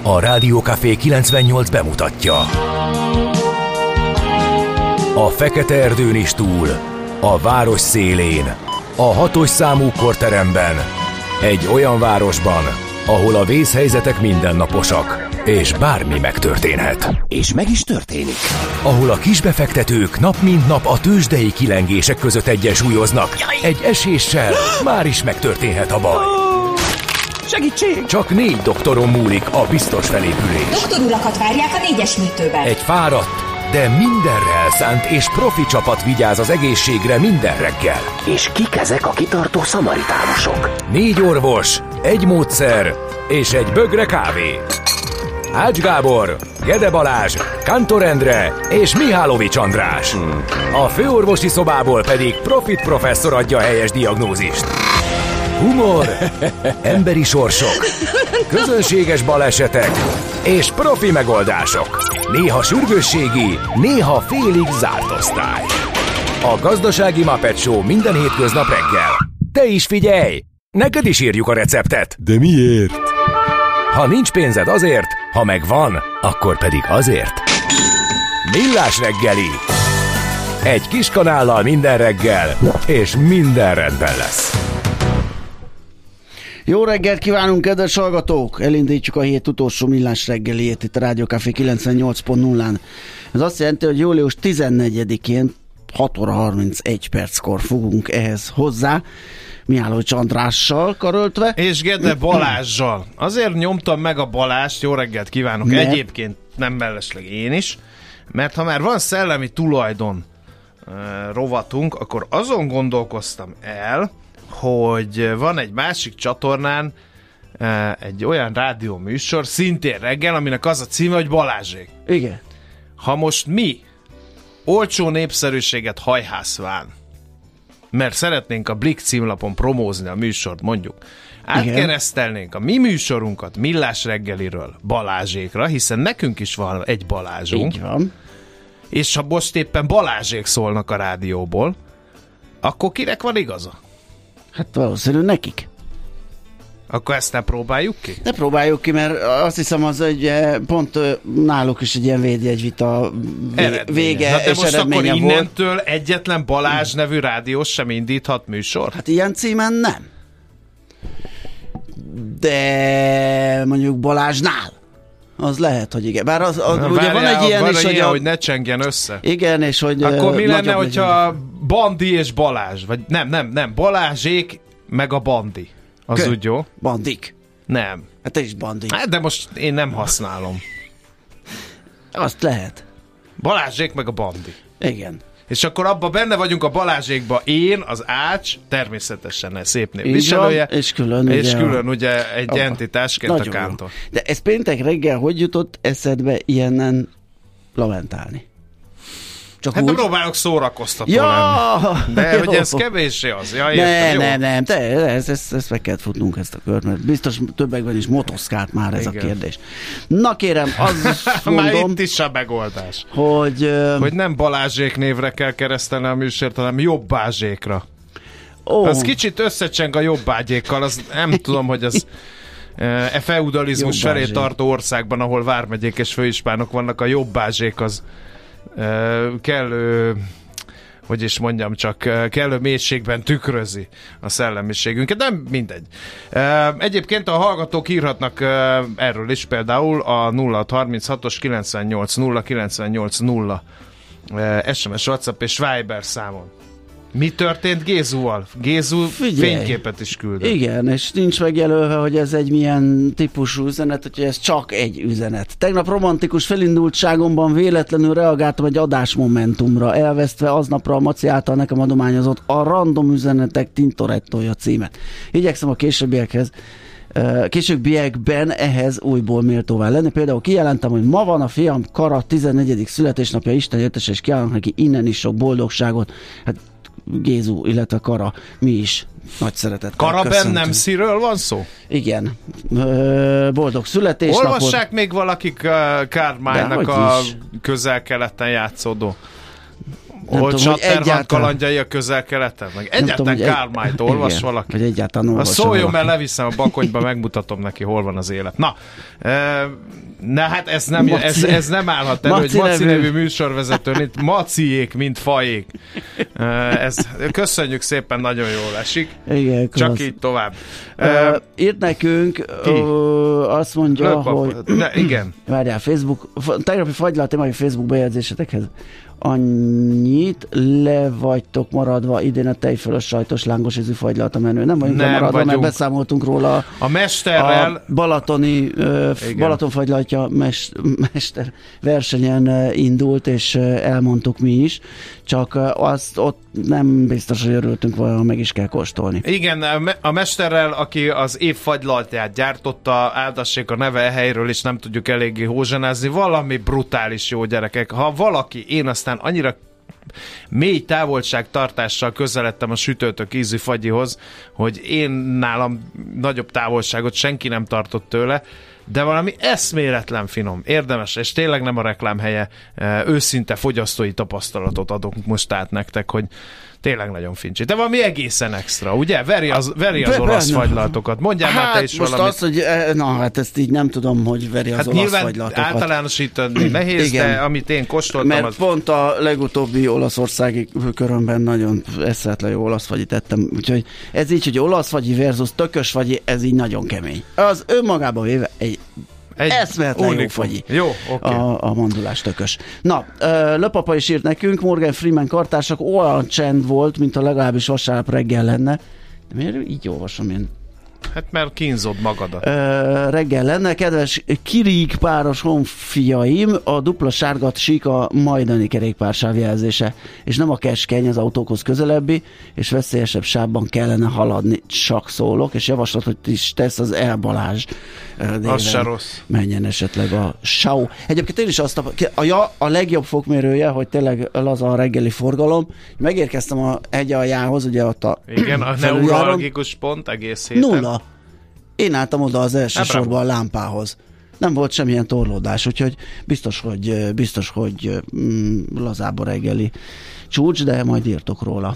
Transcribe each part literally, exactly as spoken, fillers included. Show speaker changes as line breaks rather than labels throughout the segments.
A Rádió Café kilencvennyolc bemutatja. A fekete erdőn is túl, a város szélén, a hatos számú korteremben, egy olyan városban, ahol a vészhelyzetek mindennaposak, és bármi megtörténhet.
És meg is történik.
Ahol a kisbefektetők nap mint nap a tőzsdei kilengések között egyensúlyoznak. Egy eséssel már is megtörténhet a baj.
Segítség!
Csak négy doktoron múlik a biztos felépülés.
Doktor urakat várják a négyes műtőben.
Egy fáradt, de mindenre elszánt és profi csapat vigyáz az egészségre minden reggel.
És kik ezek a kitartó szamaritánusok?
Négy orvos, egy módszer és egy bögre kávé. Ács Gábor, Gede Balázs, Kántor Endre és Mihálovics András. Hmm. A főorvosi szobából pedig Profit professzor adja a helyes diagnózist. Humor, emberi sorsok, közönséges balesetek és profi megoldások. Néha sürgősségi, néha félig zárt osztály. A Gazdasági Muppet Show minden hétköznap reggel. Te is figyelj! Neked is írjuk a receptet.
De miért?
Ha nincs pénzed azért, ha megvan, akkor pedig azért. Millás reggeli. Egy kis kanállal minden reggel, és minden rendben lesz.
Jó reggelt kívánunk, kedves hallgatók! Elindítjuk a hét utolsó Millás reggeliét itt a Rádió Café kilencvennyolc pont nullán. Ez azt jelenti, hogy július tizennegyedikén hat óra harmincegy perckor fogunk ehhez hozzá. Mihálovics Andrással karöltve.
És Gede Balázssal. Azért nyomtam meg a Balást, jó reggelt kívánok, mert... egyébként nem mellesleg én is, mert ha már van szellemi tulajdon uh, rovatunk, akkor azon gondolkoztam el, hogy van egy másik csatornán uh, egy olyan rádióműsor, szintén reggel, aminek az a címe, hogy Balázsék.
Igen.
Ha most mi olcsó népszerűséget hajhászván, mert szeretnénk a Blick címlapon promózni a műsort, mondjuk, átkeresztelnénk a mi műsorunkat Millás reggeliről Balázsékra, hiszen nekünk is van egy Balázsunk.
Így van.
És ha most éppen Balázsék szólnak a rádióból, akkor kinek van igaza?
Hát valószínűleg nekik.
Akkor ezt ne próbáljuk ki?
Ne próbáljuk ki, mert azt hiszem az egy pont náluk is egy ilyen védjegyvita vége
hát de
és
most
eredménye
akkor
volt.
innentől egyetlen Balázs nevű rádiós sem indíthat műsor?
Hát ilyen címen nem. De mondjuk Balázsnál az lehet, hogy igen. Bár az, az,
Na,
ugye
várjál,
van egy ilyen
van
is,
ilyen,
hogy, a...
hogy ne csengjen össze.
Igen, és hogy...
Akkor mi lenne, hogyha
legyen.
Bandi és Balázs? Vagy nem, nem, nem. Balázsék meg a Bandi. Az
Kö?
úgy jó?
Bandik.
Nem.
Hát te is Bandi.
Hát de most én nem használom.
Azt lehet.
Balázsék meg a Bandi.
Igen.
És akkor abban benne vagyunk a Balázsékba én, az Ács, természetesen szép név viselője,
és külön,
és
ugye,
külön ugye egy
abba.
entitásként a Kántor.
De ez péntek reggel hogy jutott eszedbe ilyenen lamentálni? Csak
Hát
úgy?
próbálok szórakoztató
ja,
lenni. De
jó.
hogy ez kevéssé az. Ja,
nem,
értem,
nem, nem, te, ezt, ezt, ezt meg kellett futnunk ezt a kört, mert biztos többekben is motoszkált már ez igen. a kérdés. Na kérem, az mondom...
Már itt is a megoldás.
Hogy, uh...
hogy nem Balázsék névre kell keresztelni a műsort, hanem Jobbázsékra.
Oh.
Az kicsit összecseng a Jobbágyékkal, az nem tudom, hogy az... E feudalizmus felé tartó országban, ahol vármegyék és főispánok vannak, a Jobbázsék az kellő, hogy is mondjam, csak kellő mélységben tükrözi a szellemiségünket, de mindegy. Egyébként a hallgatók írhatnak erről is, például a nulla hat harminchatos kilencvennyolc nulla kilencvennyolc nulla es em es, WhatsApp és Viber számon. Mi történt Gézuval? Gézu Figyelj. Fényképet is küldött.
Igen, és nincs megjelölve, hogy ez egy milyen típusú üzenet, hogy ez csak egy üzenet. Tegnap romantikus felindultságomban véletlenül reagáltam egy adásmomentumra, elvesztve aznapra a Maci által nekem adományozott a Random Üzenetek Tintorettója címet. Igyekszem a későbbiekhez későbbiekben ehhez újból méltóvá lenni. Például kijelentem, hogy ma van a fiam Kara tizennegyedik születésnapja, Isten jöttes, és kívánok neki innen is sok boldogságot. Hát Gézu, illetve Kara, mi is nagy szeretettel
Kara
köszöntünk.
bennem szíről van szó?
Igen. Boldog születésnapot.
Olvassák még valakik uh, Carmine-nak a közel-keleten játszódó Ott Chatterhand kalandjai a közel-keleten? Meg egyáltalán Kármányt olvas
igen,
valaki?
Vagy egyáltalán olvas
szóljon, mert leviszem a Bakonyba, megmutatom neki, hol van az élet. Na, e, na hát ez nem, Maci, ez, ez nem állhat elő, hogy Maci nevű műsorvezető, itt Maciék, mint fajék. E, ez, köszönjük szépen, nagyon jól esik.
Igen,
csak klassz. Így tovább.
E, uh, írt nekünk, uh, azt mondja, Löp, hogy...
De, igen.
Várjál, Facebook, tegnapi fagyla a témai Facebook bejegyzésetekhez. Annyit le vagytok maradva idén a tejfölös sajtos lángos ízű fagylalt a menő. Nem vagyunk nem lemaradva, vagyunk. Mert beszámoltunk róla
a mesterrel.
A balatoni uh, Balatonfagylaltja mes, mester versenyen indult, és elmondtuk mi is. Csak azt ott nem biztos, hogy örültünk volna, meg is kell kóstolni.
Igen, a mesterrel, aki az év fagylaltját gyártotta, áldassék a neve e helyről, és nem tudjuk eléggé hózsanázni. Valami brutális jó, gyerekek. Ha valaki, én aztán annyira mély távolságtartással közeledtem a sütőtök ízű fagyihoz, hogy én nálam nagyobb távolságot senki nem tartott tőle, de valami eszméletlen finom, érdemes, és tényleg nem a reklám helye, őszinte fogyasztói tapasztalatot adok most át nektek, hogy tényleg nagyon fincsi. De valami egészen extra, ugye? Veri az, veri az olasz fagylaltokat. Mondjál hát, már te is
most
valamit.
Az, hogy, na hát ezt így nem tudom, hogy veri az
hát
olasz
nyilván
fagylaltokat.
Általánosítani nehéz, igen, de amit én kóstoltam...
Mert
az...
pont a legutóbbi olaszországi körömben nagyon eszetlen jó olasz fagyit ettem, úgyhogy ez így, hogy olasz fagyi versus tökös fagyi, ez így nagyon kemény. Az önmagában véve egy Egy eszméletlen jó fagyi.
Jó, okay.
a, a mandulás tökös. Na, Löpapa is írt nekünk, Morgan Freeman kartársak, olyan csend volt, mint a legalábbis vasárnap reggel lenne. De miért így olvasom én?
Hát mert kínzod magadat.
Ö, reggel lenne, kedves Kirik páros honfiaim, a dupla sárgat sík a majdani kerékpársáv jelzése, és nem a keskeny, az autókhoz közelebbi, és veszélyesebb sávban kellene haladni, csak szólok, és javaslatot is tesz az El Balázs.
Az se rossz.
Menjen esetleg a Sau. Egyébként én is azt a, a, a legjobb fokmérője, hogy tényleg laza a reggeli forgalom. Megérkeztem a egyaljához, ugye ott a
igen, a neuralgikus pont egész héten.
Nulla. Én álltam oda az első Ebben. sorban a lámpához. Nem volt semmilyen torlódás, úgyhogy biztos, hogy, biztos, hogy mm, lazább a reggeli csúcs, de majd írtok róla.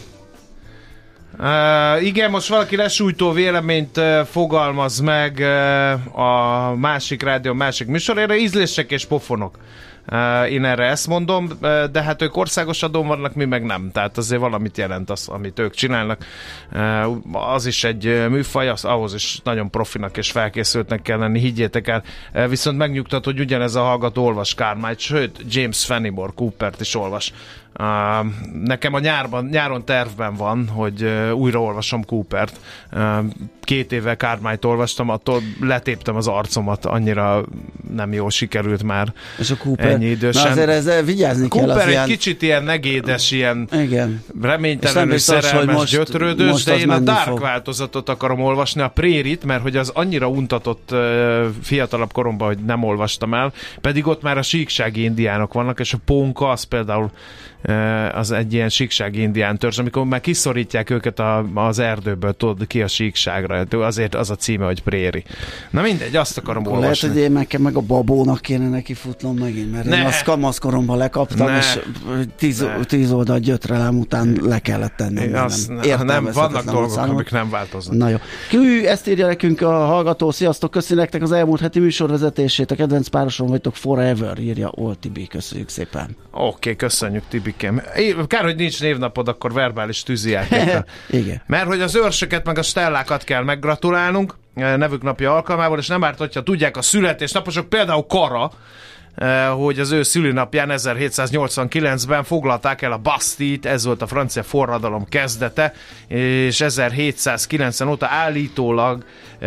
Uh, igen, most valaki lesújtó véleményt uh, fogalmaz meg uh, a másik rádió, másik műsorére, ízlések és pofonok. Uh, én erre ezt mondom, uh, de hát ők országos adón vannak, mi meg nem. Tehát azért valamit jelent az, amit ők csinálnak. Uh, az is egy uh, műfaj, az, ahhoz is nagyon profinak és felkészültnek kell lenni, higgyétek el. Uh, viszont megnyugtat, hogy ugyanez a hallgató olvas Kármányt, sőt, James Fenimore Coopert is olvas. Uh, nekem a nyárban, nyáron tervben van, hogy uh, újra olvasom Coopert. Uh, két éve Kármányt olvastam, attól letéptem az arcomat, annyira nem jól sikerült már.
És a Cooper,
ennyi idősen.
Na azért ezzel vigyázni
Cooper
kell.
Cooper egy
ilyen...
kicsit ilyen negédes, ilyen
igen.
reménytelenül szerelmes, most, gyötrődős, most de én a Dark fog. változatot akarom olvasni, a Prérit, mert hogy az annyira untatott uh, fiatalabb koromban, hogy nem olvastam el, pedig ott már a síksági indiánok vannak, és a Pónka az például az egy ilyen síksági indián törzs, amikor már kiszorítják őket a, az erdőből, tudod, ki a síkságra. Azért az a címe, hogy Préri. Na mindegy, azt akarom
akkor
olvasni.
Lehet, hogy én nekem meg a babónak kéne neki futnom megint, mert ne. én azt kamaszkoromban lekaptam, ne. és tíz, tíz oldal gyötrelem után le kellett tennem.
Azt, nem, nem, vannak dolgok, amik nem változnak.
Na jó. Kű, ezt írja nekünk a hallgató. Sziasztok, köszi nektek az elmúlt heti műsorvezetését. A kedvenc pároson vagytok forever, írja Old Tibi. Köszönjük szépen.
Oké, okay, köszönjük Tibi. Kár, hogy nincs névnapod, akkor verbális tűzijátékra.
Igen.
Mert hogy az őrsöket meg a stellákat kell meggratulálnunk nevük napja alkalmából, és nem árt, hogyha tudják a születésnaposok, például Kara, hogy az ő szülinapján ezerhétszáznyolcvankilencben foglalták el a Bastille-t, ez volt a francia forradalom kezdete, és ezerhétszázkilencven óta állítólag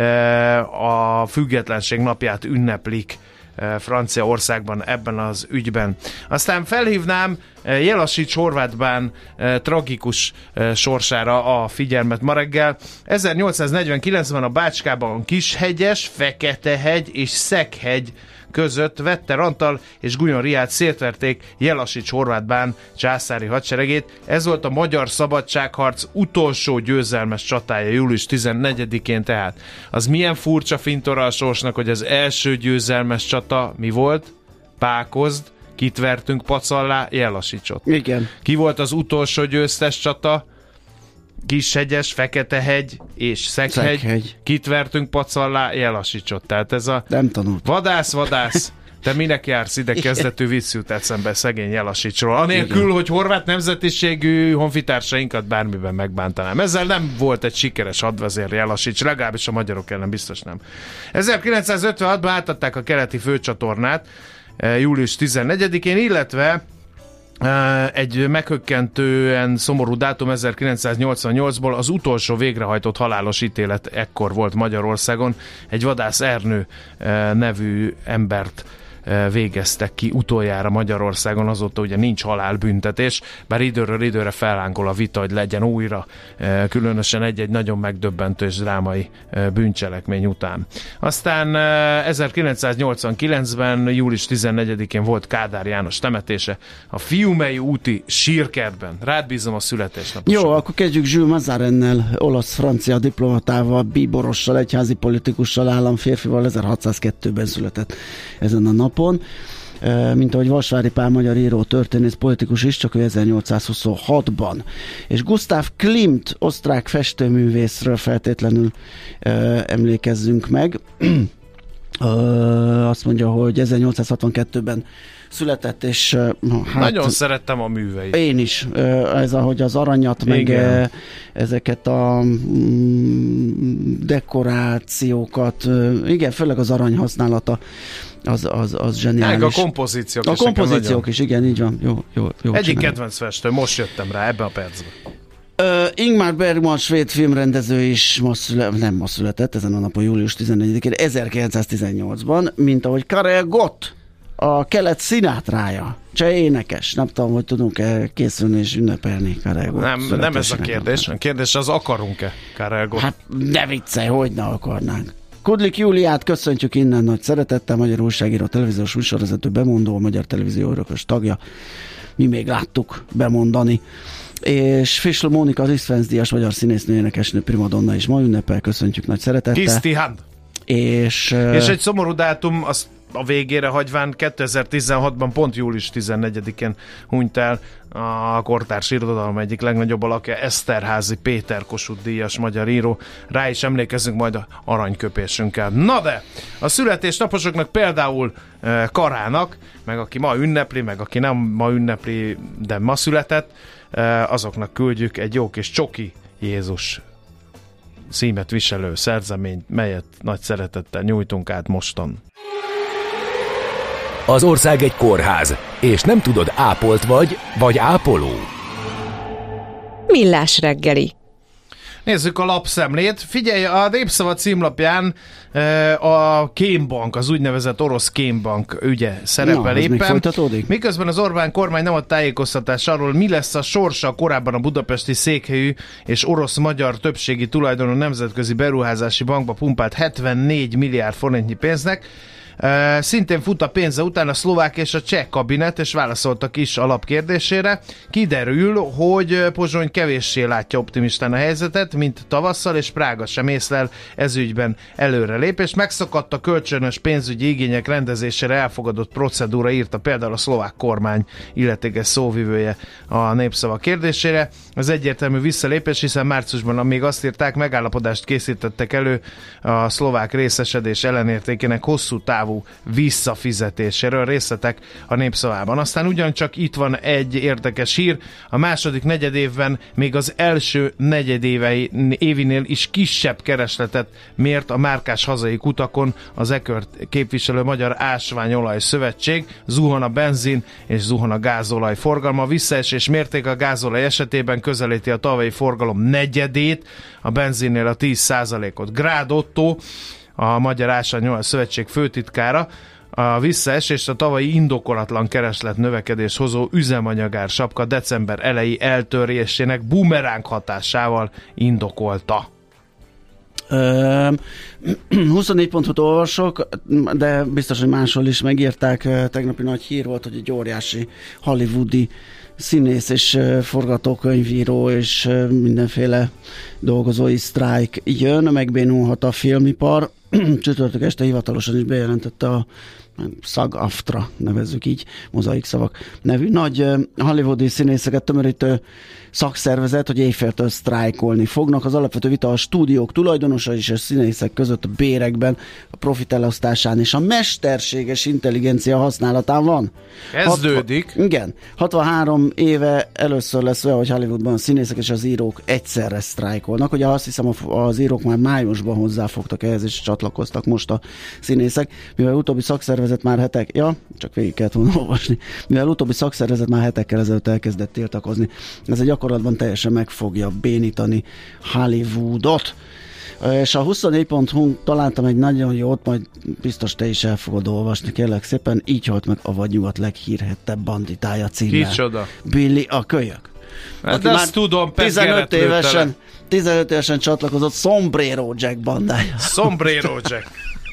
a függetlenség napját ünneplik Franciaországban ebben az ügyben. Aztán felhívnám Jelasics Horváth tragikus sorsára a figyelmet ma reggel. ezernyolcszáznegyvenkilencben a Bácskában Kishegyes, Feketehegy és Szeghegy között Vetter Antal és Guyon Riát szétverték Jelasics Horváth császári hadseregét. Ez volt a magyar szabadságharc utolsó győzelmes csatája július tizennegyedikén tehát. Az milyen furcsa fintora a sorsnak, hogy az első győzelmes csata mi volt? Pákozd, kit vertünk pacallá, Jelasicsot.
Igen.
Ki volt az utolsó győztes csata? Kishegyes, Feketehegy és Szeghegy.
Szeghegy.
Kit vertünk pacallá, Jelasicsot. Tehát ez a
Nem tanult.
vadász, vadász, te minek jársz ide, kezdetű vicc jut eszembe szegény Jelasicsról. Anélkül, igen, hogy horvát nemzetiségű honfitársainkat bármiben megbántanám. Ezzel nem volt egy sikeres hadvezér Jelasics, legalábbis a magyarok ellen biztos nem. ezerkilencszázötvenhatban átadták a keleti főcsatornát július tizennegyedikén, illetve egy meghökkentően szomorú dátum ezerkilencszáznyolcvannyolcból az utolsó végrehajtott halálos ítélet ekkor volt Magyarországon. Egy Vadász Ernő nevű embert végeztek ki utoljára Magyarországon, azóta ugye nincs halálbüntetés, bár időről időre fellángol a vita, hogy legyen újra, különösen egy-egy nagyon megdöbbentő és drámai bűncselekmény után. Aztán ezerkilencszáznyolcvankilencben július tizennegyedikén volt Kádár János temetése a Fiumei úti sírkertben. Rád bízom a születésnaposan.
Jó, akkor kezdjük Jules Mazarennel, olasz-francia diplomatával, bíborossal, egyházi politikussal, államférfival, ezerhatszázkettőben született ezen a napon. Mint ahogy Vasvári Pál magyar író, történész, politikus is, csak ő ezernyolcszázhuszonhatban. És Gustav Klimt, osztrák festőművészről feltétlenül uh, emlékezzünk meg. uh, azt mondja, hogy ezernyolcszázhatvankettőben született, és uh, hát...
Nagyon szerettem a műveit.
Én is. Uh, ez ahogy az aranyat, meg uh, ezeket a um, dekorációkat, uh, igen, főleg az arany használata, az, az, az zseniális.
Meg a kompozíciók
a
is.
A kompozíciók nagyon... is, igen, így van. Jó, jó, jó
Egyik
csinálni.
kedvenc festő, most jöttem rá ebben a percben.
Uh, Ingmar Bergman, svéd filmrendező is ma szüle... nem ma született, ezen a napon július tizennegyedikén, ezerkilencszáztizennyolcban, mint ahogy Karel Gott, a kelet színátrája, cseh énekes. Nem tudom, hogy tudunk-e készülni és ünnepelni Karel Gott.
Nem, nem ez a kérdés. A kérdés az, akarunk-e Karel Gott?
Hát ne viccelj, hogy ne akarnánk. Kudlik Júliát köszöntjük innen nagy szeretettel, magyar újságíró, televíziós műsorvezető, bemondó, a Magyar Televízió örökös tagja. Mi még láttuk bemondani. És Fischl Mónika, az Isztvenz-díjas magyar színésznő, énekesnő, primadonna is ma ünnepel, köszöntjük nagy szeretettel.
Kiszti Hand.
És,
és egy szomorú dátum, azt a végére hagyván kétezer-tizenhatban pont július tizennegyedikén hunyt el a kortárs irodalom egyik legnagyobb alakja, Eszterházy Péter, Kossuth díjas magyar író. Rá is emlékezzünk majd a aranyköpésünkkel. Na de, a születésnaposoknak például e, Karának, meg aki ma ünnepli, meg aki nem ma ünnepli, de ma született, e, azoknak küldjük egy jó kis csoki Jézus címet viselő szerzeményt, melyet nagy szeretettel nyújtunk át mostan.
Az ország egy kórház, és nem tudod, ápolt vagy, vagy ápoló.
Millás reggeli.
Nézzük a lapszemlét. Figyelj, a Népszava címlapján a Kémbank, az úgynevezett orosz Kémbank ügye szerepel
Na,
éppen. Miközben az Orbán kormány nem ad tájékoztatás arról, mi lesz a sorsa korábban a budapesti székhelyű és orosz-magyar többségi tulajdonú nemzetközi beruházási bankba pumpált hetvennégy milliárd forintnyi pénznek. Uh, szintén fut a pénze után a szlovák és a cseh kabinet, és válaszoltak is alapkérdésére. Kiderül, hogy Pozsony kevéssé látja optimistán a helyzetet, mint tavasszal, és Prága sem észlel ezügyben előrelépés. Megszakadt a kölcsönös pénzügyi igények rendezésére elfogadott procedúra, írta például a szlovák kormány illetékes szóvivője a Népszava kérdésére. Az egyértelmű visszalépés, hiszen márciusban még azt írták, megállapodást készítettek elő a szlovák részesedés ellenértékének hosszú táv visszafizetéséről, részletek a Népszavában. Aztán ugyancsak itt van egy érdekes hír, a második negyedévben még az első negyedévei évinél is kisebb keresletet mért a márkás hazai kutakon az e kört képviselő Magyar Ásványolaj Szövetség, zuhan a benzin és zuhan a gázolaj forgalma. A visszaesés mérték a gázolaj esetében közelíti a tavalyi forgalom negyedét, a benzinnél a tíz százalékot. Grád Otto, a Magyar Ásványolaj Szövetség főtitkára, a visszaesést a tavalyi indokolatlan kereslet növekedés hozó üzemanyagár sapka december eleji eltörésének bumeráng hatásával indokolta.
huszonnégy pont hu-t olvasok, de biztos, hogy máshol is megírták. Tegnapi nagy hír volt, hogy egy óriási hollywoodi színész és forgatókönyvíró és mindenféle dolgozói sztrájk jön, megbénulhat a filmipar. csütörtök este hivatalosan is bejelentette a SAG-AFTRA, nevezzük így, mozaik szavak nevű nagy uh, hollywoodi színészeket tömörítő szakszervezet, hogy éjféltől sztrájkolni fognak. Az alapvető vita a stúdiók tulajdonosa és a színészek között a bérekben, a profit elosztásán és a mesterséges intelligencia használatán van.
Kezdődik.
hatvan, igen. hatvanhárom éve először lesz olyan, hogy Hollywoodban a színészek és az írók egyszerre sztrájkolnak. Ugye azt hiszem, az írók már májusban hozzáfogtak ehhez, és csatlakoztak most a színészek, mivel utóbbi szakszervezet már hetek, ja, csak végig kellett volna olvasni, mivel utóbbi szakszervezet már hetekkel ezelőtt elkezdett tiltakozni. Ez egy gyakorlatban teljesen meg fogja bénítani Hollywoodot. És a huszonnégy pont hu találtam egy nagyon jót, majd biztos te is el fogod olvasni, kérlek szépen. Így halt meg a vadnyugat leghírhettebb banditája címmel.
Kicsoda?
Billy a kölyök.
Hát de azt tudom,
tizenöt évesen, tizenöt évesen csatlakozott Sombrero Jack bandája.
Sombrero Jack.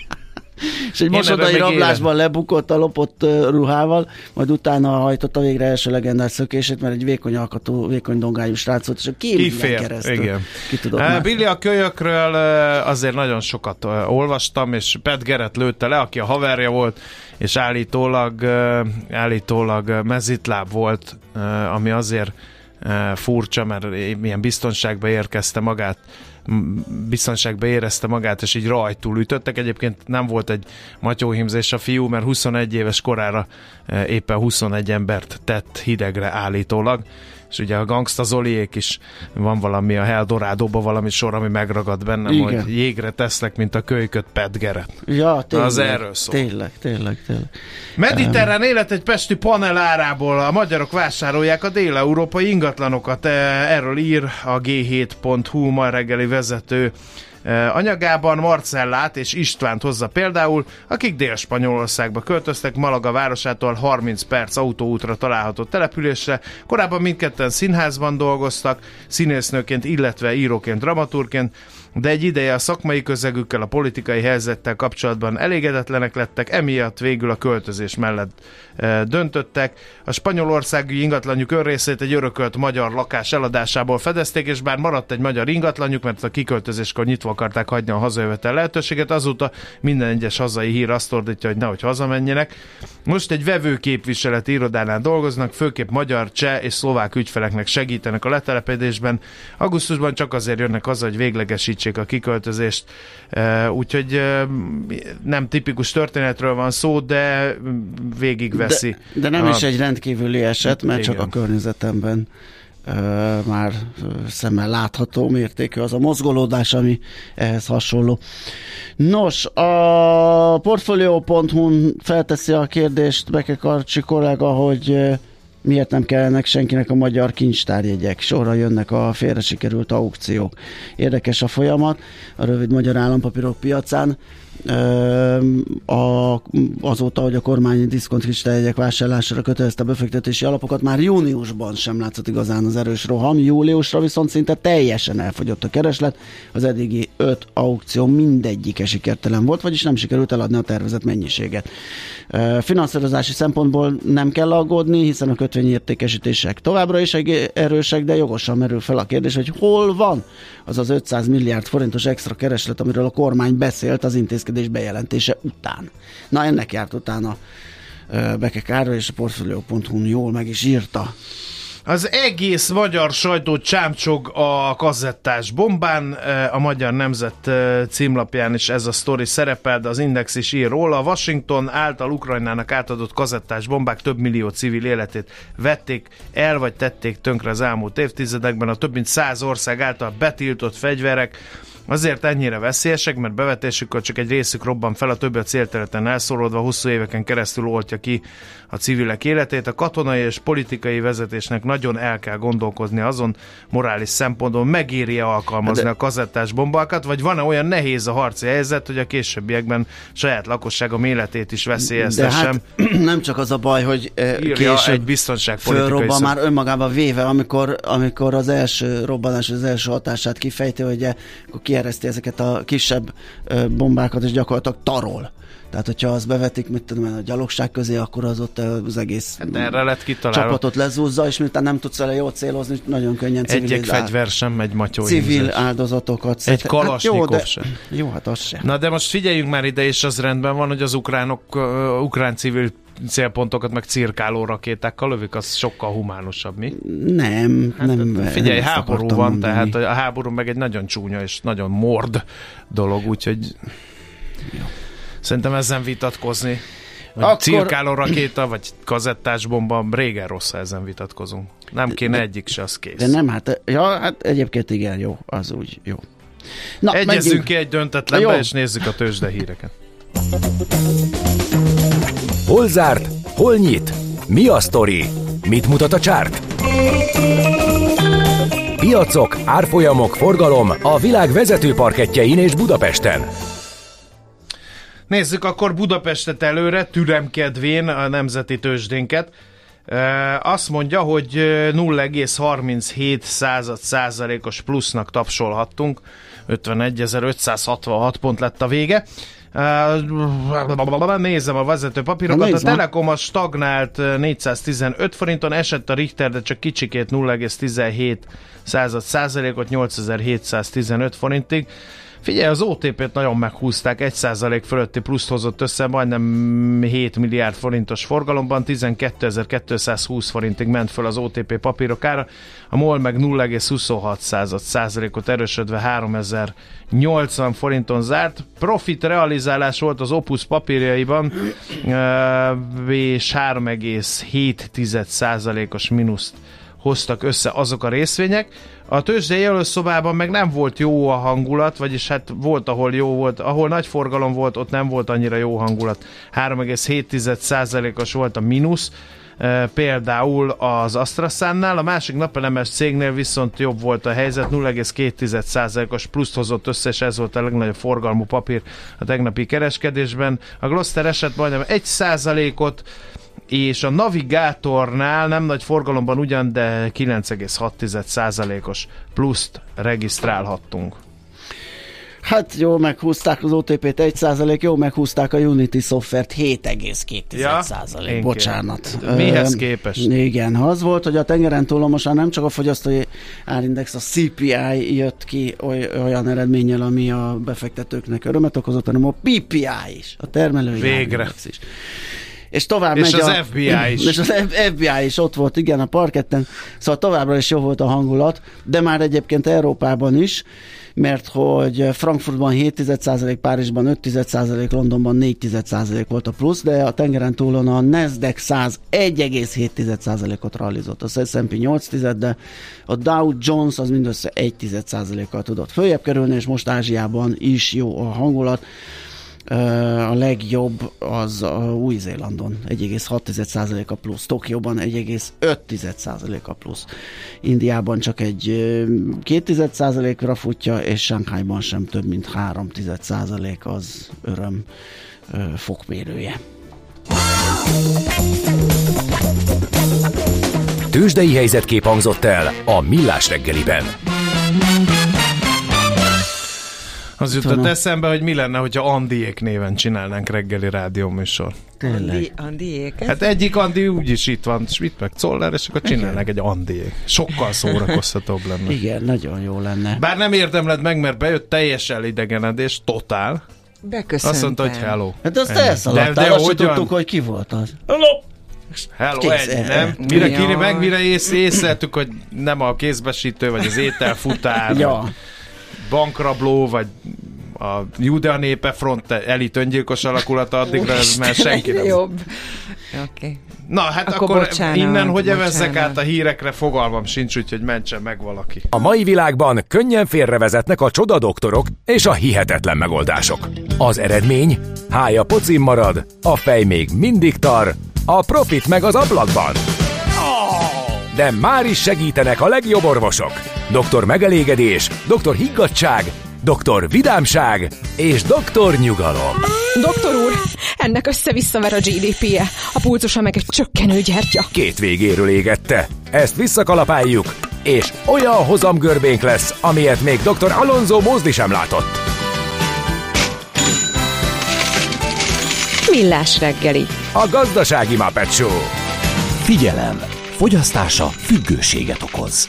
És egy mosodai rablásban lebukott a lopott uh, ruhával, majd utána hajtotta végre első legendás szökését, mert egy vékony alkatú, vékony dongájú srác volt, és a kémingen keresztül.
Igen.
Ki tudod uh,
Billy a kölyökről uh, azért nagyon sokat uh, olvastam, és Pat Garrett lőtte le, aki a haverja volt, és állítólag, uh, állítólag uh, mezitláb volt, uh, ami azért uh, furcsa, mert milyen biztonságba érkezte magát, biztonságba érezte magát, és így rajtul ütöttek. Egyébként nem volt egy matyóhímzés a fiú, mert huszonegy éves korára éppen huszonegy embert tett hidegre állítólag, és ugye a Gangsta Zoliék is van valami a Eldorádóban valami sor, ami megragad bennem, igen, hogy jégre teszlek, mint a kölyköt Pat Garrett.
Ja, tényleg.
Az erről szól.
Tényleg, tényleg, tényleg.
Mediterrán um. élet egy pesti panel árából. A magyarok vásárolják a dél-európai ingatlanokat. Erről ír a gé hét pont hu ma reggeli vezető anyagában. Marcellát és Istvánt hozza például, akik Dél-Spanyolországba költöztek, Malaga városától harminc perc autóútra található településre. Korábban mindketten színházban dolgoztak, színésznőként, illetve íróként, dramaturgként, de egy ideje a szakmai közegükkel, a politikai helyzettel kapcsolatban elégedetlenek lettek, emiatt végül a költözés mellett e, döntöttek. A spanyolországi ingatlanjuk önrészét egy örökölt magyar lakás eladásából fedezték, és bár maradt egy magyar ingatlanjuk, mert a kiköltözéskor nyitva akarták hagyni a hazajövetel lehetőséget, azóta minden egyes hazai hír azt ordítja, hogy nehogy hazamenjenek. Most egy vevőképviseleti irodánál dolgoznak, főképp magyar, cseh és szlovák ügyfeleknek segítenek a letelepedésben. Augusztusban csak azért jönnek haza, hogy véglegesítsék a kiköltözést. Úgyhogy nem tipikus történetről van szó, de végigveszi.
De, de nem
a...
is egy rendkívüli eset, mert igen, csak a környezetemben Uh, már uh, szemmel látható mértékű az a mozgolódás, ami ehhez hasonló. Nos, a portfolio pont hu-n felteszi a kérdést Beke Karcsi kollega, hogy uh, miért nem kellenek senkinek a magyar kincstárjegyek. Sorra jönnek a félre sikerült aukciók. Érdekes a folyamat a rövid magyar állampapírok piacán. A, azóta, hogy a kormány diszkont kincstárjegyek vásárlására kötelezte a befektetési alapokat, már júniusban sem látszott igazán az erős roham, júliusra viszont szinte teljesen elfogyott a kereslet, az eddigi öt aukció mindegyike sikertelen volt, vagyis nem sikerült eladni a tervezett mennyiséget. Finanszírozási szempontból nem kell aggódni, hiszen a kötvényértékesítések továbbra is erősek, de jogosan merül fel a kérdés, hogy hol van az az ötszáz milliárd forintos extra kereslet, amiről a kormány beszélt az intézkedés bejelentése után. Na, ennek járt utána Beke Károly, és a portfolio pont hu-n jól meg is írta.
Az egész magyar sajtó csámcsog a kazettás bombán, a Magyar Nemzet címlapján is ez a sztori szerepel, de az Index is ír róla. A Washington által Ukrajnának átadott kazettás bombák több millió civil életét vették el, vagy tették tönkre az elmúlt évtizedekben. A több mint száz ország által betiltott fegyverek azért ennyire veszélyesek, mert bevetésükkor csak egy részük robban fel, a többi a célterületen elszóródva hosszú éveken keresztül oltja ki a civilek életét. A katonai és politikai vezetésnek nagyon el kell gondolkozni azon morális szempontból, megéri-e alkalmazni de... a kazettás bombákat, vagy van-e olyan nehéz a harci helyzet, hogy a későbbiekben saját lakosságom életét is veszélyeztessem.
De hát nem csak az a baj, hogy később
egy biztonságpolitikai
fölrobban már önmagában véve, amikor, amikor az első robbanás, az első hatását kifejti, hogy akkor kiereszti ezeket a kisebb ö, bombákat, és gyakorlatilag tarol. Tehát, hogyha azt bevetik, mit tudom, a gyalogság közé, akkor az ott az egész
hát erre lett kitalálva.
Csapatot lezúzza, és miután nem tudsz vele jól célozni, nagyon könnyen civil,
Egy-egy fegyver sem megy matyó.
Civil áldozatokat.
Egy kalasnyikov
hát
sem.
Jó, hát az sem.
Na de most figyeljünk már ide, és az rendben van, hogy az ukránok, uh, ukrán civil célpontokat meg cirkáló rakétákkal lövik, az sokkal humánusabb, mi?
Nem,
hát,
nem.
Figyelj, háború van,
mondani.
tehát a háború meg egy nagyon csúnya és nagyon mord dolog, úgyhogy jó. Szerintem ezen vitatkozni. Vagy Akkor... cirkáló rakéta, vagy kazettás bomba, régen rossz, ha ezen vitatkozunk. Nem kéne de, egyik se, az kész.
De nem, hát, ja, hát egyébként igen, jó, az úgy, jó. Na,
Egyezzünk
menjünk.
ki egy döntetlenbe, és nézzük a tőzsde híreket.
Hol zárt? Hol nyit? Mi a sztori? Mit mutat a csárt? Piacok, árfolyamok, forgalom a világ vezető parkettjein és Budapesten.
Nézzük akkor Budapestet előre, türemkedvén a nemzeti tőzsdénket. E, azt mondja, hogy nulla egész harminchét százalékos plusznak tapsolhattunk. ötvenegyezer-ötszázhatvanhat pont lett a vége. E, nézem a vezető papírokat. A Telekom a stagnált négyszáztizenöt forinton, esett a Richter, de csak kicsikét nulla egész tizenhét százalékot nyolcezer-hétszáztizenöt forintig. Figyelj, az o té pét nagyon meghúzták, egy százalék fölötti pluszt hozott össze, majdnem hét milliárd forintos forgalomban, tizenkétezer-kétszázhúsz forintig ment föl az o té pé papírok ára, a MOL meg nulla egész huszonhat százalékot erősödve háromezer-nyolcvan forinton zárt. Profit realizálás volt az Opus papírjaiban, és három egész hét százalékos mínuszt hoztak össze azok a részvények. A tőzsdei jelölőszobában meg nem volt jó a hangulat, vagyis hát volt, ahol jó volt, ahol nagy forgalom volt, ott nem volt annyira jó hangulat. három egész hét százalékos volt a mínusz, e, például az AstraZánál, a másik napelemes cégnél viszont jobb volt a helyzet, nulla egész két százalékos pluszt hozott össze, és ez volt a legnagyobb forgalmú papír a tegnapi kereskedésben. A Gloster esett majdnem egy százalékot, és a Navigátornál nem nagy forgalomban ugyan, de kilenc egész hat százalékos pluszt regisztrálhattunk.
Hát jól meghúzták az o té pét egy százalék, jól meghúzták a Unity Software-t hét egész két százalék. Ja, bocsánat.
Mihez képest?
Igen, az volt, hogy a tengeren túlon most nem csak a fogyasztói árindex, a cé pé i jött ki oly, olyan eredménnyel, ami a befektetőknek örömet okozott, hanem a pé pé i is, a termelői
Végre.
árindex is. És tovább
és
megy
az
a,
ef bé i is.
És az ef bé i is ott volt, igen, a parketten. Szóval továbbra is jó volt a hangulat, de már egyébként Európában is, mert hogy Frankfurtban hét százalék, Párizsban öt százalék, Londonban négy százalék volt a plusz, de a tengeren túlon a Nasdaq száz egy egész hét százalékot realizott, az es and pé nyolc, de a Dow Jones az mindössze egy százalékkal tudott följebb kerülni, és most Ázsiában is jó a hangulat. A legjobb az a Új-Zélandon egy egész hat százalék a plusz, Tokióban egy egész öt százalék a plusz, Indiában csak egy két százalékra futja, és Shanghaiban sem több mint három százalék az öröm fokmérője.
Tőzsdei helyzetkép hangzott el a Millás reggeliben.
Az jutott eszembe, hogy mi lenne, hogyha Andiék néven csinálnánk reggeli rádióműsor.
Tényleg.
Andiék?
Hát egyik Andi úgyis itt van, Schmidt meg Zoller, és akkor csinálnánk egy Andiék. Sokkal szórakoztatóbb lenne.
Igen, nagyon jó lenne.
Bár nem érdemled meg, mert bejött teljes elidegenedés, totál.
Beköszöntem.
Azt mondta, hogy hello.
Hát azt elszaladtál, azt sem tudtuk, hogy ki volt az.
Hello! Hello, egy, nem? Mire kiri meg, mire ész, észleltük, hogy nem a kézbesítő, vagy az ételfutár,
ja.
bankrabló, vagy a Judea népe front elit öngyilkos alakulata, addigra ez már senki nem.
Jobb. Okay.
Na, hát akkor, akkor bocsánat, innen, hogy evezzek át a hírekre, fogalmam sincs, úgyhogy mentsen meg valaki.
A mai világban könnyen félrevezetnek a csodadoktorok és a hihetetlen megoldások. Az eredmény? Hája pocim marad, a fej még mindig tar, a profit meg az ablakban. De már is segítenek a legjobb orvosok. Doktor Megelégedés, Doktor Higgadtság, Doktor Vidámság és Doktor Nyugalom.
Doktor úr, ennek össze-visszaver a gé dé pé-je, a pulzusa meg egy csökkenő gyertya.
Két végéről égette. Ezt visszakalapáljuk, és olyan hozamgörbénk lesz, amilyet még doktor Alonso Mózdi sem látott.
Millás reggeli.
A gazdasági Muppet Show.
Figyelem! Fogyasztása függőséget okoz.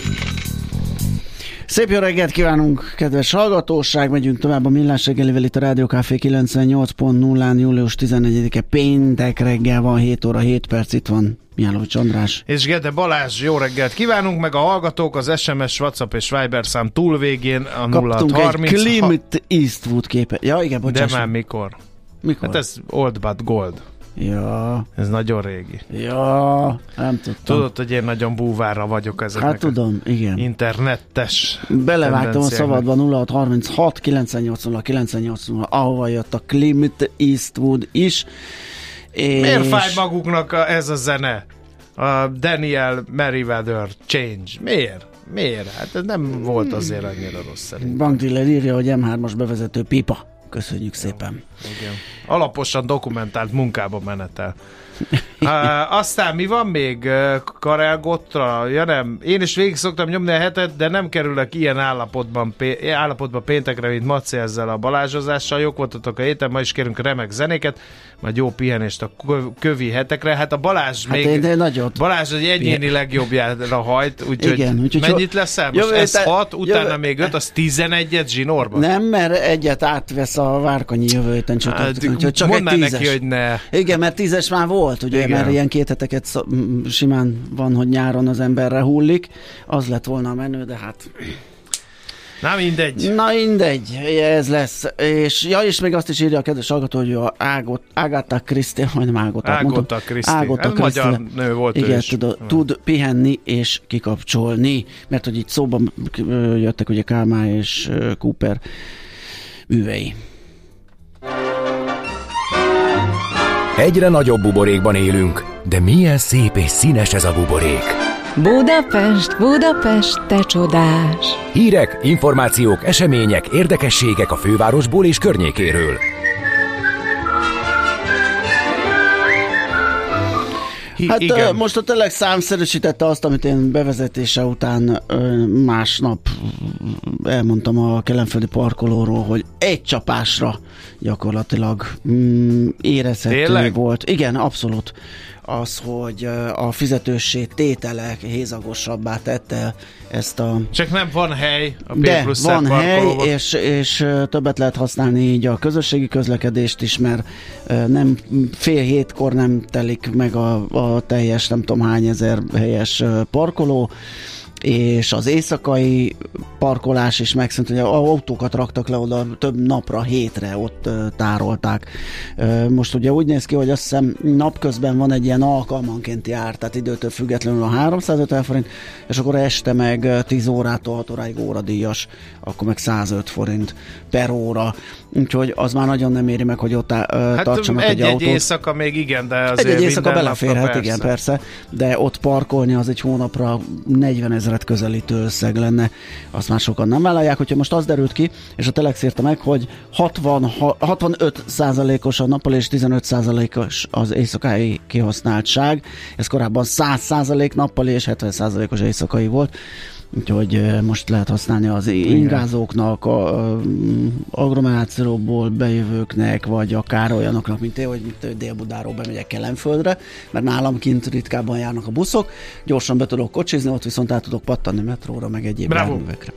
Szép jó reggelt kívánunk, kedves hallgatóság! Megyünk tovább a Millás reggelivel itt a Rádió Café kilencvennyolc pont nullán, július tizennegyedike péntek reggel van, hét óra hét perc, itt van Mihálovics András.
És Gede Balázs, jó reggelt kívánunk, meg a hallgatók az es em es, WhatsApp és Viber szám túlvégén a nulla harminc.
Kaptunk egy Clint Eastwood képet. Ja, igen, bocsáss.
De már mikor?
Mikor?
Hát ez old but gold.
Ja.
Ez nagyon régi.
Ja, nem tudtam.
Tudod, hogy én nagyon búvára vagyok ezeknek.
Hát tudom, igen.
Internetes.
Belevágtam a szabadba nulla hat harminchat kilencvennyolc nulla kilencvennyolc nulla, ahova jött a Clint Eastwood is. És...
Miért fáj maguknak a, ez a zene? A Daniel Merriweather Change. Miért? Miért? Hát ez nem volt azért annyira rossz szerint.
Bankdiller írja, hogy em hármas bevezető pipa. Köszönjük szépen.
Igen. Alaposan dokumentált munkába menetel. uh, aztán mi van még? Karel Gottra? Ja nem, én is végig szoktam nyomni a hetet, de nem kerülök ilyen állapotban, pé- állapotban péntekre, mint Maci ezzel a balázsozással. Jók voltatok a héten, ma is kérünk remek zenéket, majd jó pihenést a kövi hetekre. Hát a Balázs hát még... Én nagyot. Balázs egy egyéni legjobbjára hajt, úgyhogy igen, úgy, mennyit leszel? Most jövő, ez hat, utána jövő, még öt, az tizenegyet zsinórban?
Nem, mert egyet átvesz a Várkonyi jövő héten csütörtökön. Hát,
mondd neki, hogy ne.
Igen, mert tízes már volt, ugye, igen. Mert ilyen két heteket szó, simán van, hogy nyáron az emberre hullik. Az lett volna a menő, de hát...
Na mindegy.
Na mindegy, ez lesz. És, ja, és még azt is írja a kedves hallgató, hogy a Ágot, Ágata Kriszti, majdnem Ágota.
Ágota Kriszti. Ágota
Kriszti.
Magyar nő volt.
Igen, tud, tud pihenni és kikapcsolni. Mert hogy itt szóban jöttek ugye Kálmán és Cooper művei.
Egyre nagyobb buborékban élünk, de milyen szép és színes ez a buborék.
Budapest, Budapest, te csodás!
Hírek, információk, események, érdekességek a fővárosból és környékéről.
Hát igen. Most a Telex számszerűsítette azt, amit én bevezetése után másnap elmondtam a Kelenföldi parkolóról, hogy egy csapásra gyakorlatilag mm, érezhető Tényleg? volt. Igen, abszolút. Az, hogy a fizetőssé tétele hézagosabbá tette ezt a...
Csak nem van hely a P
De
plusz
van hely, és, és többet lehet használni így a közösségi közlekedést is, mert nem fél hétkor nem telik meg a, a teljes, nem tudom hány ezer helyes parkoló, és az éjszakai parkolás is megszűnt, hogy autókat raktak le oda több napra, hétre ott uh, tárolták. Uh, most ugye úgy néz ki, hogy azt hiszem napközben van egy ilyen alkalmankénti ár, tehát időtől függetlenül a háromszázötven forint, és akkor este meg tíz órától hat óráig óradíjas, akkor meg százöt forint per óra. Úgyhogy az már nagyon nem éri meg, hogy ott uh, hát tartsanak egy, egy autót.
Egy éjszaka még igen, de azért
egy, egy éjszaka beleférhet,
persze.
igen, persze, de ott parkolni az egy hónapra negyvenezret közelítő összeg lenne, azt már sokan nem vállalják. Hogyha most az derült ki, és a Telex írta meg, hogy hatvan, hatvanöt százalékos a nappal és tizenöt százalékos az éjszakai kihasználtság. Ez korábban száz százalék nappal és hetven százalékos éjszakai volt. Úgyhogy most lehet használni az ingázóknak, a agglomerációból bejövőknek, vagy akár olyanoknak, mint én, hogy mint Dél-Budáról bemegyek Kelenföldre, mert nálam kint ritkábban járnak a buszok, gyorsan be tudok kocsizni, ott viszont át tudok pattanni metróra, meg egyéb járművekre.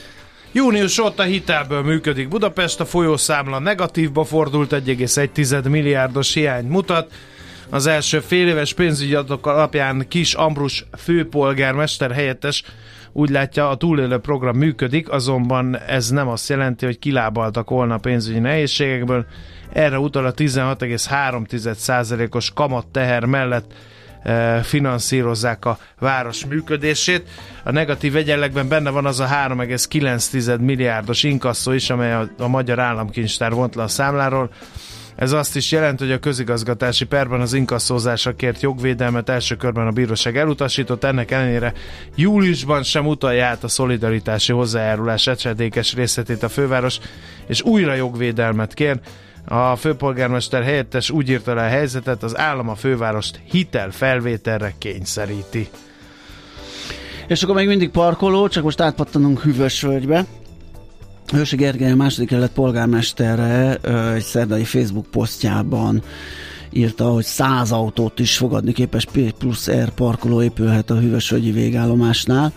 Június óta hitelből működik Budapest, a folyószámla negatívba fordult, egy egész egy milliárdos hiányt mutat. Az első féléves pénzügyi adatok alapján Kis Ambrus főpolgármester helyettes úgy látja, a túlélő program működik, azonban ez nem azt jelenti, hogy kilábaltak volna a pénzügyi nehézségekből. Erre utal a tizenhat egész három százalékos kamatteher mellett e, finanszírozzák a város működését. A negatív egyenlegben benne van az a három egész kilenc milliárdos inkasszó is, amely a, a Magyar Államkincstár vont le a számláról. Ez azt is jelenti, hogy a közigazgatási perben az inkasszózásra kért jogvédelmet első körben a bíróság elutasított, ennek ellenére júliusban sem utalja át a szolidaritási hozzájárulás esedékes részletét a főváros, és újra jogvédelmet kér. A főpolgármester helyettes úgy írta le a helyzetet, az állam a fővárost hitelfelvételre kényszeríti.
És akkor még mindig parkoló, csak most átpattanunk Hűvösvölgybe. Hősi Gergely, a második kerület polgármestere egy szerdai Facebook posztjában írta, hogy száz autót is fogadni képes P plusz R parkoló épülhet a Hűvösvölgyi végállomásnál.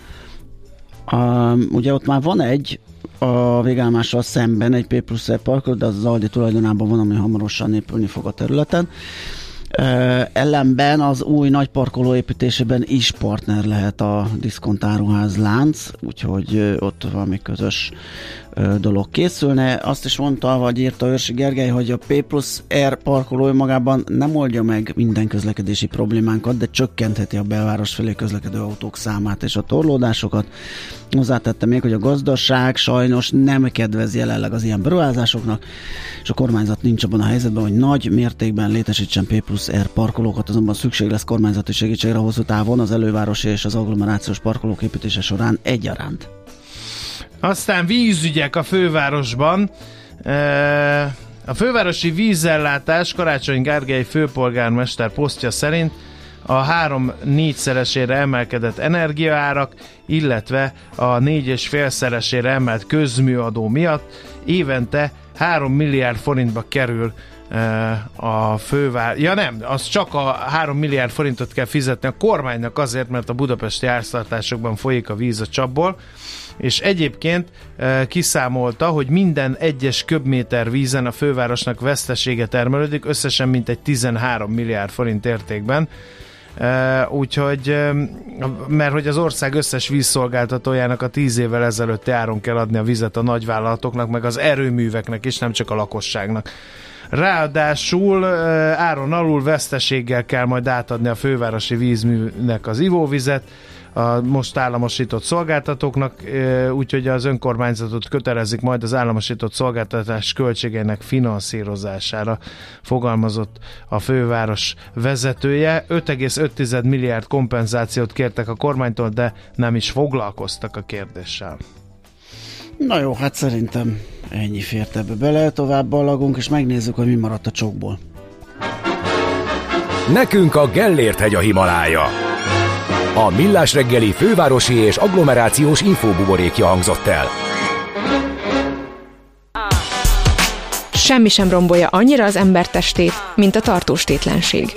Um, ugye ott már van egy a végállomással szemben egy P plusz R parkoló, de az az Aldi tulajdonában van, ami hamarosan épülni fog a területen. Uh, ellenben az új nagy parkoló építésében is partner lehet a diszkontáruház lánc, úgyhogy uh, ott valami közös uh, dolog készülne. Azt is mondta, vagy írta Őrsi Gergely, hogy a P plusz R parkoló magában nem oldja meg minden közlekedési problémánkat, de csökkentheti a belváros felé közlekedő autók számát és a torlódásokat. Hozzátette még, hogy a gazdaság sajnos nem kedvez jelenleg az ilyen beruházásoknak, és a kormányzat nincs abban a helyzetben, hogy nagy mértékben létesítsen P plusz R parkolókat, azonban szükség lesz kormányzati segítségre hosszú távon az elővárosi és az agglomerációs parkolók építése során egyaránt.
Aztán vízügyek a fővárosban. A fővárosi vízellátás Karácsony Gergely főpolgármester posztja szerint a három-négyszeresére emelkedett energiaárak, illetve a négy és félszeresére emelt közműadó miatt évente három milliárd forintba kerül a fővár... Ja nem, az csak a három milliárd forintot kell fizetni a kormánynak azért, mert a budapesti háztartásokban folyik a víz a csapból, és egyébként e, kiszámolta, hogy minden egyes köbméter vízen a fővárosnak vesztesége termelődik, összesen mintegy tizenhárom milliárd forint értékben. Uh, úgyhogy, uh, mert hogy az ország összes vízszolgáltatójának a tíz évvel ezelőtti áron kell adni a vizet a nagyvállalatoknak, meg az erőműveknek is, nem csak a lakosságnak. Ráadásul uh, áron alul veszteséggel kell majd átadni a fővárosi vízműnek az ivóvizet a most államosított szolgáltatóknak, úgyhogy az önkormányzatot kötelezik majd az államosított szolgáltatás költségeinek finanszírozására, fogalmazott a főváros vezetője. öt egész öt milliárd kompenzációt kértek a kormánytól, de nem is foglalkoztak a kérdéssel.
Na jó, hát szerintem ennyi fért ebbe bele, tovább ballagunk, és megnézzük, hogy mi maradt a csokból.
Nekünk a Gellért-hegy a Himalája. A Millás reggeli fővárosi és agglomerációs infóbuborékja hangzott el.
Semmi sem rombolja annyira az embertestét, mint a tartós tétlenség.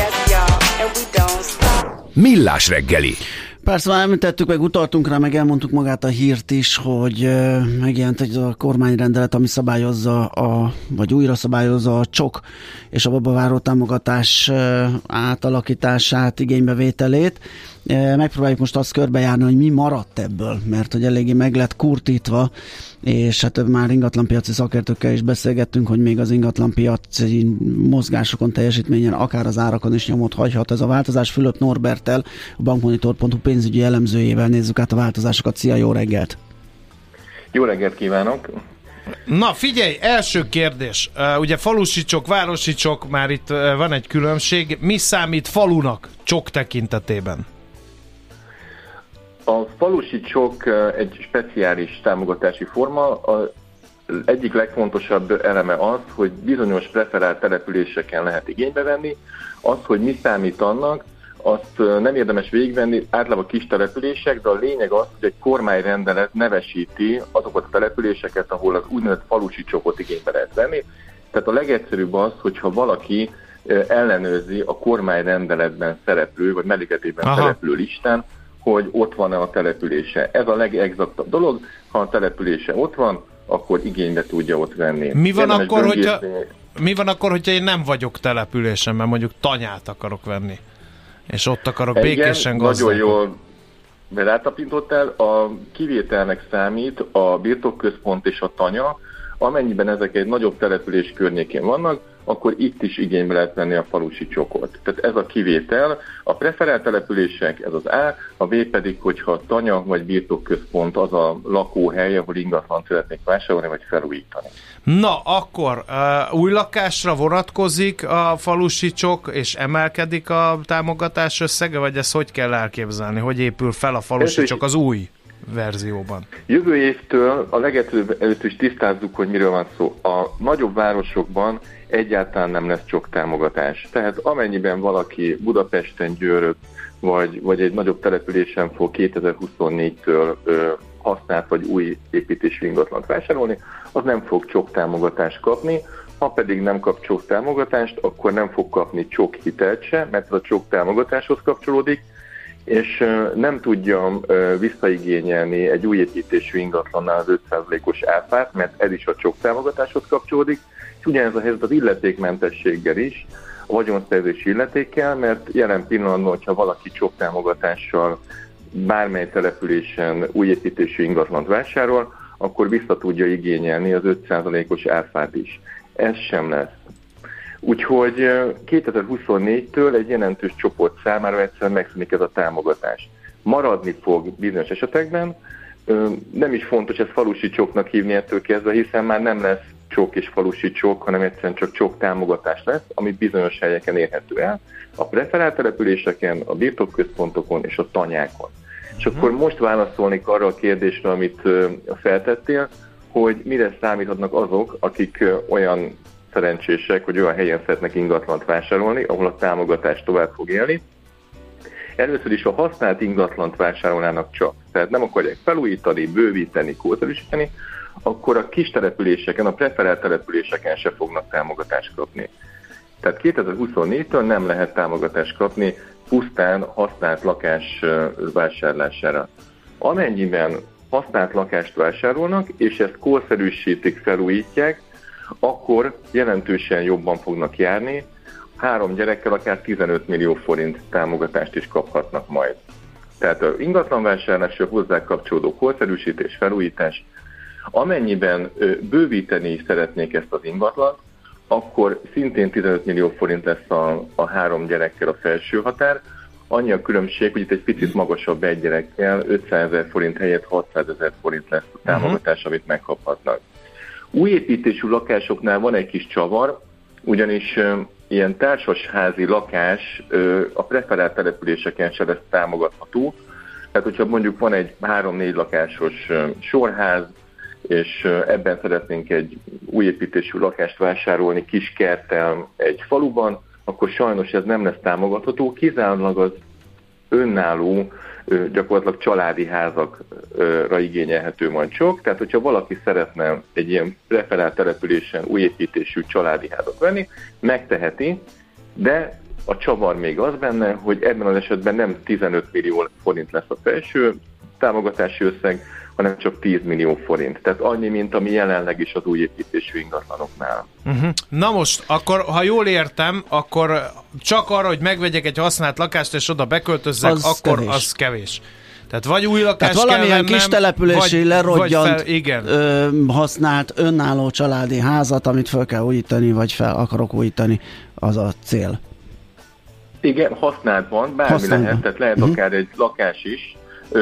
Millás reggeli.
Persze már említettük, meg utaltunk rá, meg elmondtuk magát a hírt is, hogy uh, megjelent egy a kormányrendelet, ami szabályozza, a, vagy újra szabályozza a csok és a babaváró támogatás uh, átalakítását, igénybevételét. Uh, megpróbáljuk most azt körbejárni, hogy mi maradt ebből, mert hogy eléggé meg lett kurtítva, és hát már ingatlanpiaci szakértőkkel is beszélgettünk, hogy még az ingatlanpiaci mozgásokon, teljesítményen, akár az árakon is nyomot hagyhat ez a változás. Fülöp Norberttel, a bankmonitor pont hu pénzügyi elemzőjével nézzük át a változásokat. Szia, jó reggelt!
Jó reggelt kívánok!
Na figyelj, első kérdés. Uh, ugye falusi csok, városi csok, már itt uh, van egy különbség. Mi számít falunak csok tekintetében?
A falusi csok egy speciális támogatási forma. Az egyik legfontosabb eleme az, hogy bizonyos preferált településeken lehet igénybe venni. Az, hogy mi számít annak, azt nem érdemes végigvenni, általában kis települések, de a lényeg az, hogy egy kormányrendelet nevesíti azokat a településeket, ahol az úgynevezett falusi csokot igénybe lehet venni. Tehát a legegyszerűbb az, hogyha valaki ellenőrzi a kormányrendeletben szereplő, vagy mellékletében Aha. szereplő listán, hogy ott van-e a települése. Ez a legexaktabb dolog, ha a települése ott van, akkor igénybe tudja ott venni.
Mi van, akkor, hogyha, mi van akkor, hogyha én nem vagyok településen, mert mondjuk tanyát akarok venni, és ott akarok
Igen,
békésen gazdálkodni?
Nagyon jól rátapintottál, a kivételnek számít a birtokközpont és a tanya, amennyiben ezek egy nagyobb település környékén vannak, akkor itt is igénybe lehet venni a falusi csokot. Tehát ez a kivétel, a preferált települések, ez az A, a B pedig, hogyha tanya vagy birtokközpont az a lakóhely, ahol ingatlant szeretnék vásárolni vagy felújítani.
Na, akkor uh, új lakásra vonatkozik a falusi csok, és emelkedik a támogatás összege, vagy ezt hogy kell elképzelni? Hogy épül fel a falusi csok, az új? verzióban?
Jövő évtől a legetőbb előtt is tisztázzuk, hogy miről van szó. A nagyobb városokban egyáltalán nem lesz csok támogatás. Tehát amennyiben valaki Budapesten, Győrök, vagy, vagy egy nagyobb településen fog kétezer-huszonnégytől ö, használt vagy új építésű ingatlant vásárolni, az nem fog csok támogatást kapni. Ha pedig nem kap csok támogatást, akkor nem fog kapni csok hitelt se, mert ez a csok támogatáshoz kapcsolódik, és nem tudja visszaigényelni egy új építésű ingatlannál az öt százalékos áfát, mert ez is a csok támogatáshoz kapcsolódik, és ugyanez a helyzet az illetékmentességgel is, a vagyonszerzési illetékkel, mert jelen pillanatban, hogyha valaki csok támogatással bármely településen új építésű ingatlant vásárol, akkor vissza tudja igényelni az öt százalékos áfát is. Ez sem lesz. Úgyhogy kétezer-huszonnégytől egy jelentős csoport számára egyszerűen megszűnik ez a támogatás. Maradni fog bizonyos esetekben, nem is fontos ezt falusi csoknak hívni ettől kezdve, hiszen már nem lesz csok és falusi csok, hanem egyszerűen csak csok támogatás lesz, ami bizonyos helyeken érhető el, a preferált településeken, a birtokközpontokon és a tanyákon. És akkor most válaszolnék arra a kérdésre, amit feltettél, hogy mire számíthatnak azok, akik olyan szerencsések, hogy olyan helyen szeretnek ingatlant vásárolni, ahol a támogatás tovább fog élni. Először is a használt ingatlant vásárolnának csak, tehát nem akarják felújítani, bővíteni, korszerűsíteni, akkor a kis településeken, a preferált településeken se fognak támogatást kapni. Tehát kétezer-huszonnégytől nem lehet támogatást kapni pusztán használt lakás vásárlására. Amennyiben használt lakást vásárolnak, és ezt korszerűsítik, felújítják, akkor jelentősen jobban fognak járni, három gyerekkel akár tizenöt millió forint támogatást is kaphatnak majd. Tehát az ingatlanvásárlásra hozzá kapcsolódó korszerűsítés, felújítás, amennyiben bővíteni szeretnék ezt az ingatlant, akkor szintén tizenöt millió forint lesz a, a három gyerekkel a felső határ. Annyi a különbség, hogy itt egy picit magasabb egy gyerekkel, ötszázezer forint helyett hatszázezer forint lesz a támogatás, uh-huh. amit megkaphatnak. Új építésű lakásoknál van egy kis csavar, ugyanis uh, ilyen társasházi lakás uh, a preferált településeken se lesz támogatható. Tehát, hogyha mondjuk van egy három-négy lakásos uh, sorház, és uh, ebben szeretnénk egy új építésű lakást vásárolni kis kerttel egy faluban, akkor sajnos ez nem lesz támogatható, kizárólag az önálló, gyakorlatilag családi házakra igényelhető majd csak. Tehát, hogyha valaki szeretne egy ilyen preferált településen új építésű családi házat venni, megteheti, de a csavar még az benne, hogy ebben az esetben nem tizenöt millió forint lesz a felső támogatási összeg, hanem csak tíz millió forint. Tehát annyi, mint ami jelenleg is az új építésű ingatlanoknál.
Uh-huh. Na most, akkor, ha jól értem, akkor csak arra, hogy megvegyek egy használt lakást, és oda beköltözzek, az akkor kevés. Az kevés. Tehát vagy új lakás
Tehát valamilyen
kell
kis települési lerodjant
fel, igen.
Ö, használt önálló családi házat, amit fel kell újítani, vagy fel akarok újítani, az a cél.
Igen, használt van, bármi használt lehet, tehát lehet uh-huh. akár egy lakás is.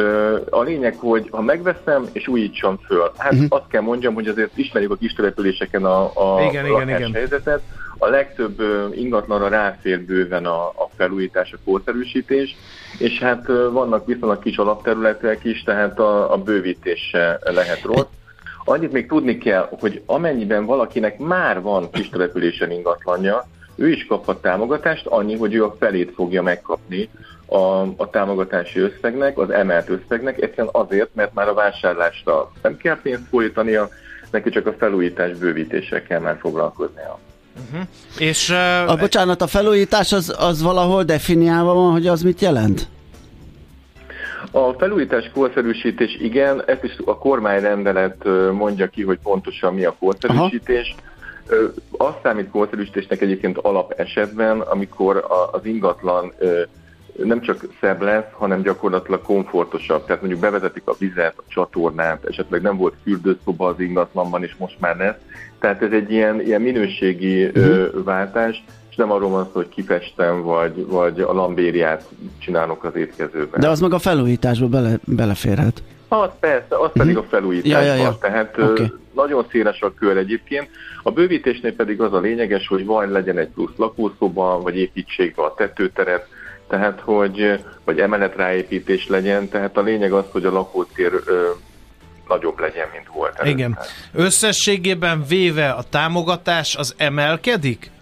A lényeg, hogy ha megveszem és újítsam föl, hát uh-huh. azt kell mondjam, hogy azért ismerjük a kis településeken a, a
igen,
lakáshelyzetet. A legtöbb ingatlanra ráfér bőven a, a felújítás, a korszerűsítés, és hát vannak viszonylag kis alapterületek is, tehát a, a bővítés se lehet rossz. Annyit még tudni kell, hogy amennyiben valakinek már van kis településen ingatlanja, ő is kaphat támogatást, annyi, hogy ő a felét fogja megkapni a, a támogatási összegnek, az emelt összegnek, egyszerűen azért, mert már a vásárlásra nem kell pénzt fordítania, neki csak a felújítás bővítéssel kell már foglalkoznia.
Uh-huh. És, uh,
a, bocsánat, a felújítás az, az valahol definiálva van, hogy az mit jelent?
A felújítás, korszerűsítés, igen, ezt is a kormányrendelet mondja ki, hogy pontosan mi a korszerűsítés. Aha. Azt számít korszerűsítésnek egyébként alap esetben, amikor az ingatlan nem csak szebb lesz, hanem gyakorlatilag komfortosabb. Tehát mondjuk bevezetik a vizet, a csatornát, esetleg nem volt fürdőszoba az ingatlanban, és most már lesz. Tehát ez egy ilyen, ilyen minőségi uh-huh. váltás, és nem arról van szó, hogy kifestem, vagy, vagy a lambériát csinálok az étkezőben.
De az meg a felújításba bele, beleférhet.
Az persze, az uh-huh. pedig a felújítás ja, ja, ja. Tehát okay. nagyon széles a kör egyébként. A bővítésnél pedig az a lényeges, hogy vagy legyen egy plusz lakószoba, vagy építsék be a tetőteret, tehát hogy vagy emeletráépítés legyen, tehát a lényeg az, hogy a lakótér ö, nagyobb legyen, mint volt előtt.
Igen. Összességében véve a támogatás az emelkedik?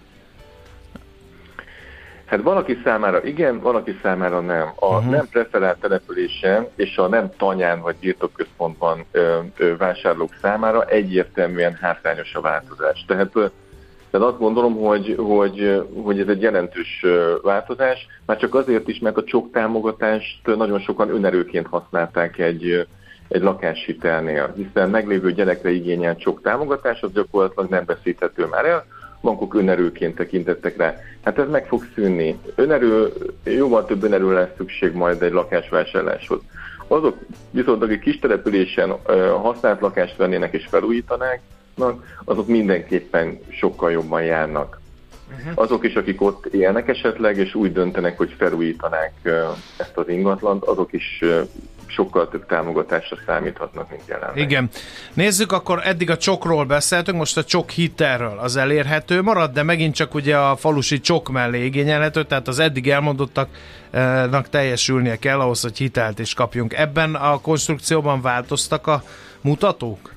Hát valaki számára igen, valaki számára nem. A uh-huh. nem preferált településen és a nem tanyán vagy birtokközpontban ö, ö, vásárlók számára egyértelműen hátrányos a változás. Tehát, ö, tehát azt gondolom, hogy, hogy, hogy ez egy jelentős ö, változás, már csak azért is, mert a csok támogatást nagyon sokan önerőként használták egy, egy lakáshitelnél, hiszen meglévő gyerekre igényelt csok támogatás, az gyakorlatilag nem veszíthető már el, bankok önerőként tekintettek rá. Hát ez meg fog szűnni. Önerő, jóval több önerő lesz szükség majd egy lakásvásárláshoz. Azok viszont, akik kis településen használt lakást vennének és felújítanák, azok mindenképpen sokkal jobban járnak. Uh-huh. Azok is, akik ott élnek esetleg, és úgy döntenek, hogy felújítanák ezt az ingatlant, azok is sokkal több támogatásra számíthatnak, mint jelenleg.
Igen. Nézzük, akkor eddig a csokról beszéltünk, most a csok hitelről. Az elérhető marad, de megint csak ugye a falusi csok mellé igényelhető, tehát az eddig elmondottaknak teljesülnie kell ahhoz, hogy hitelt is kapjunk. Ebben a konstrukcióban változtak a mutatók?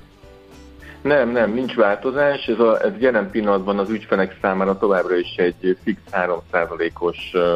Nem, nem, nincs változás. Ez, a, ez jelen pillanatban az ügyfelek számára továbbra is egy fix három százalékos ö,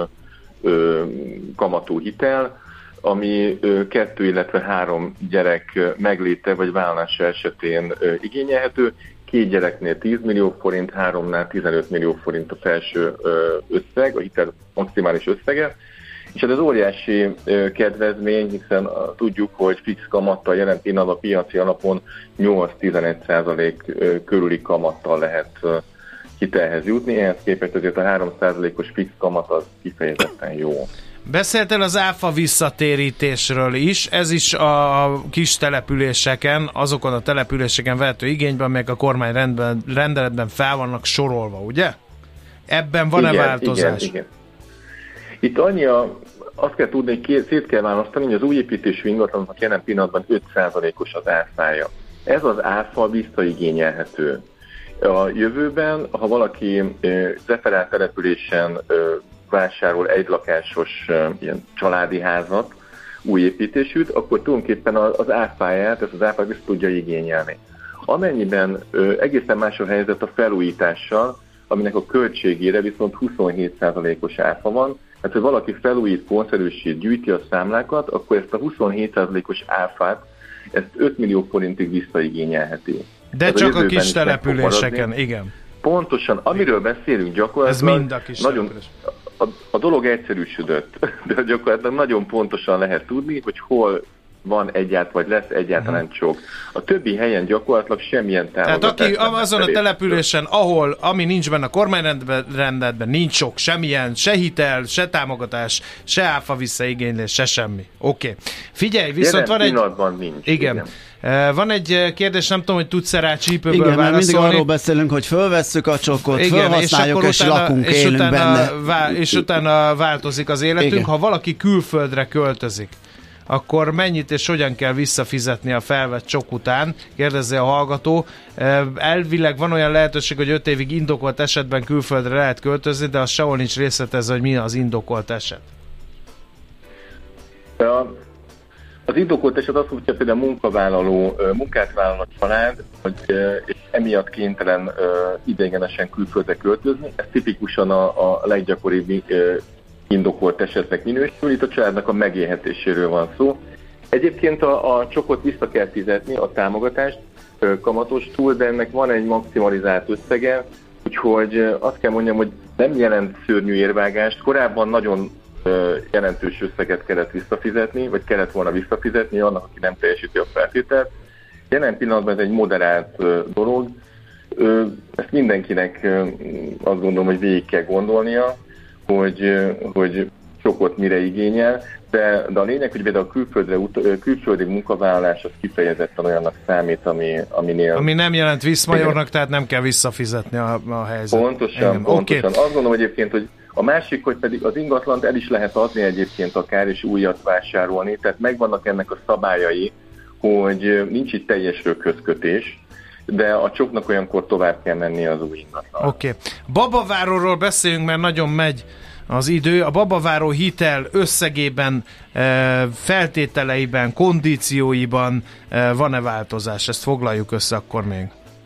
ö, kamatú hitel, ami ö, kettő, illetve három gyerek megléte vagy vállalása esetén ö, igényelhető. Két gyereknél tíz millió forint, háromnál tizenöt millió forint a felső ö, összeg, a hitel maximális összege. És ez az óriási ö, kedvezmény, hiszen a, tudjuk, hogy fix kamattal jelen pillanatban a piaci alapon nyolc-tizenegy százalék körüli kamattal lehet ö, hitelhez jutni, ehhez képest azért a három százalékos fix kamat az kifejezetten jó.
Beszéltél az áfa visszatérítésről is, ez is a kis településeken, azokon a településeken vehető igényben, amelyek a kormány rendben, rendeletben fel vannak sorolva, ugye? Ebben van-e
igen,
változás?
Igen, igen. Itt annyi a, azt kell tudni, hogy két, szét kell választani, hogy az új építésű ingatlanok jelen pillanatban öt százalékos az áfája. Ez az áfa visszaigényelhető. A jövőben, ha valaki preferált településen vásárol egy lakásos ilyen családi házat, új építésűt, akkor tulajdonképpen az áfáját, ezt az áfát vissza tudja igényelni. Amennyiben ö, egészen más a helyzet a felújítással, aminek a költségére viszont huszonhét százalékos áfa van, hát ha valaki felújít, konszerűsít, gyűjti a számlákat, akkor ezt a huszonhét százalékos áfát, ezt öt millió forintig visszaigényelheti.
De
ez
csak a, a kis településeken, igen.
Pontosan, amiről beszélünk gyakorlatilag,
ez mind a kis
nagyon, a, a dolog egyszerűsödött, de gyakorlatilag nagyon pontosan lehet tudni, hogy hol van egyáltalán, vagy lesz egyáltalán uh-huh. csok. A többi helyen gyakorlatilag semmilyen támogatás.
Tehát aki azon a településen, ahol, ami nincs benne a kormányrendeletben, nincs sok, semmilyen, se hitel, se támogatás, se áfa visszaigénylés, se semmi. Oké. Okay. Figyelj, viszont
jelen
van egy...
nincs.
Igen. igen. Van egy kérdés, nem tudom, hogy tudsz-e rá csípőből
igen,
válaszolni.
Igen, mindig arról beszélünk, hogy fölvesszük a csokot, igen, felhasználjuk, és, és utána, lakunk, és élünk
utána,
benne.
Vá- és utána változik az életünk. Igen. Ha valaki külföldre költözik, akkor mennyit és hogyan kell visszafizetni a felvett csok után? Kérdezze a hallgató. Elvileg van olyan lehetőség, hogy öt évig indokolt esetben külföldre lehet költözni, de az sehol nincs részletezve, hogy mi az indokolt eset.
Ja. Az indokolt eset az, hogyha például munkavállaló, munkát vállal a család, hogy, és emiatt kénytelen ideiglenesen külföldre költözni, ez tipikusan a, a leggyakoribb indokolt esetnek minősül, itt a családnak a megélhetéséről van szó. Egyébként a, a csokot vissza kell fizetni, a támogatást kamatos túl, de ennek van egy maximalizált összege, úgyhogy azt kell mondjam, hogy nem jelent szörnyű érvágást, korábban nagyon jelentős összeget kellett visszafizetni, vagy kellett volna visszafizetni annak, aki nem teljesíti a feltételt. Jelen pillanatban ez egy moderált dolog. Ezt mindenkinek azt gondolom, hogy végig kell gondolnia, hogy, hogy csokot mire igényel, de, de a lényeg, hogy például a külföldre, külföldi munkavállalás az kifejezetten olyannak számít, ami, aminél...
Ami nem jelent viszmajornak, tehát nem kell visszafizetni a, a helyzet.
Pontosan, igen. pontosan. Okay. Azt gondolom egyébként, hogy a másik, hogy pedig az ingatlant el is lehet adni egyébként akár, és újat vásárolni, tehát megvannak ennek a szabályai, hogy nincs itt teljes röghözkötés, de a csoknak olyankor tovább kell menni az új ingatlan.
Oké. Okay. Babaváróról beszéljünk, mert nagyon megy az idő. A babaváró hitel összegében, feltételeiben, kondícióiban van-e változás? Ezt foglaljuk össze akkor még.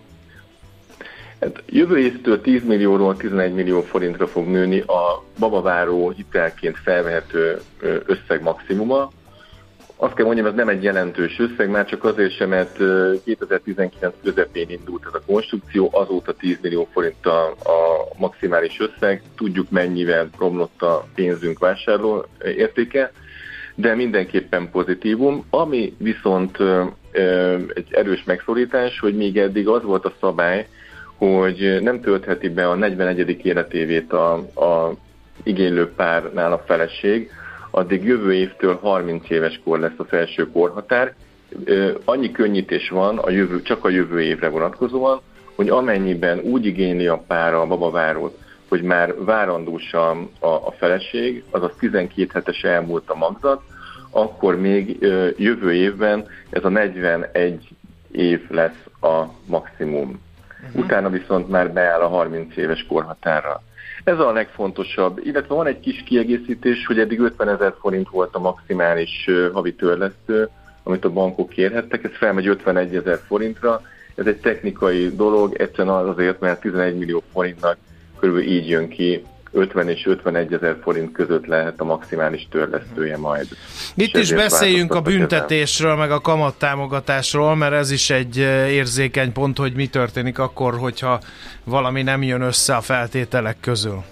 Hát jövő évtől tíz millióról tizenegy millió forintra fog nőni a babaváró hitelként felvehető összeg maximuma. Azt kell mondjam, ez nem egy jelentős összeg, már csak azért sem, mert kétezer-tizenkilenc közepén indult ez a konstrukció, azóta tíz millió forint a, a maximális összeg, tudjuk mennyivel romlott a pénzünk vásárló értéke, de mindenképpen pozitívum. Ami viszont egy erős megszorítás, hogy még eddig az volt a szabály, hogy nem töltheti be a negyvenegyedik életévét a, a igénylő párnál a feleség, addig jövő évtől harminc éves kor lesz a felső korhatár. Annyi könnyítés van a jövő, csak a jövő évre vonatkozóan, hogy amennyiben úgy igényli a pár a babavárót, hogy már várandós a, a, a feleség, azaz tizenkét hetes elmúlt a magzat, akkor még jövő évben ez a negyvenegy év lesz a maximum. Uh-huh. Utána viszont már beáll a harminc éves korhatárra. Ez a legfontosabb, illetve van egy kis kiegészítés, hogy eddig ötvenezer forint volt a maximális havi törlesztő, amit a bankok kérhettek, ez felmegy ötvenegyezer forintra. Ez egy technikai dolog, egyszerűen azért, mert tizenegy millió forintnak körülbelül így jön ki, ötven és ötvenegyezer forint között lehet a maximális törlesztője majd.
Itt is beszéljünk a büntetésről, meg a kamattámogatásról, mert ez is egy érzékeny pont, hogy mi történik akkor, hogyha valami nem jön össze a feltételek közül.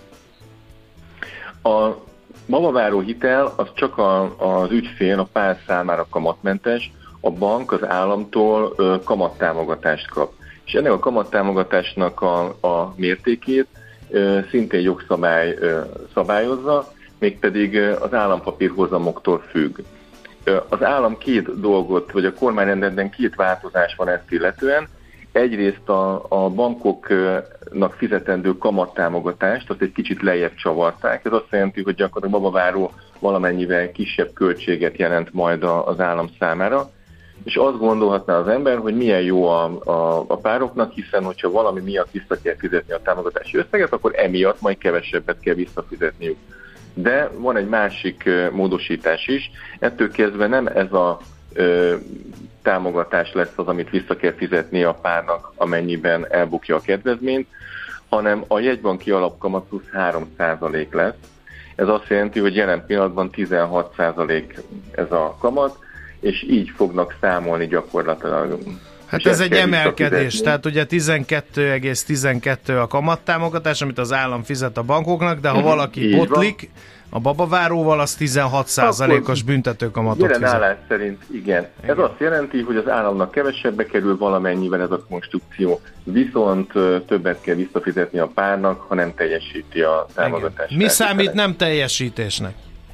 A babaváró hitel az csak a, az ügyfél, a pár számára kamatmentes, a bank az államtól ö, kamattámogatást kap. És ennek a kamattámogatásnak a, a mértékét szintén jogszabály szabályozza, mégpedig az állampapír hozamoktól függ. Az állam két dolgot, vagy a kormányrendben két változás van ezt illetően. Egyrészt a, a bankoknak fizetendő kamattámogatást, azt egy kicsit lejjebb csavarták. Ez azt jelenti, hogy gyakorlatilag babaváró valamennyivel kisebb költséget jelent majd az állam számára. És azt gondolhatná az ember, hogy milyen jó a, a, a pároknak, hiszen hogyha valami miatt vissza kell fizetni a támogatási összeget, akkor emiatt majd kevesebbet kell visszafizetniük. De van egy másik uh, módosítás is, ettől kezdve nem ez a uh, támogatás lesz az, amit vissza kell fizetni a párnak, amennyiben elbukja a kedvezményt, hanem a jegybanki alapkamat plusz három százalék lesz. Ez azt jelenti, hogy jelen pillanatban tizenhat százalék ez a kamat, és így fognak számolni gyakorlatilag.
Hát ez egy emelkedés, tehát ugye tizenkettő egész tizenkettő a kamattámogatás, amit az állam fizet a bankoknak, de ha valaki botlik a babaváróval, az tizenhat százalékos büntetőkamatot fizet.
Jelen állás szerint igen. igen. Ez azt jelenti, hogy az államnak kevesebbe kerül valamennyivel ez a konstrukció, viszont többet kell visszafizetni a párnak, ha nem teljesíti a támogatást.
Mi számít nem teljesítésnek?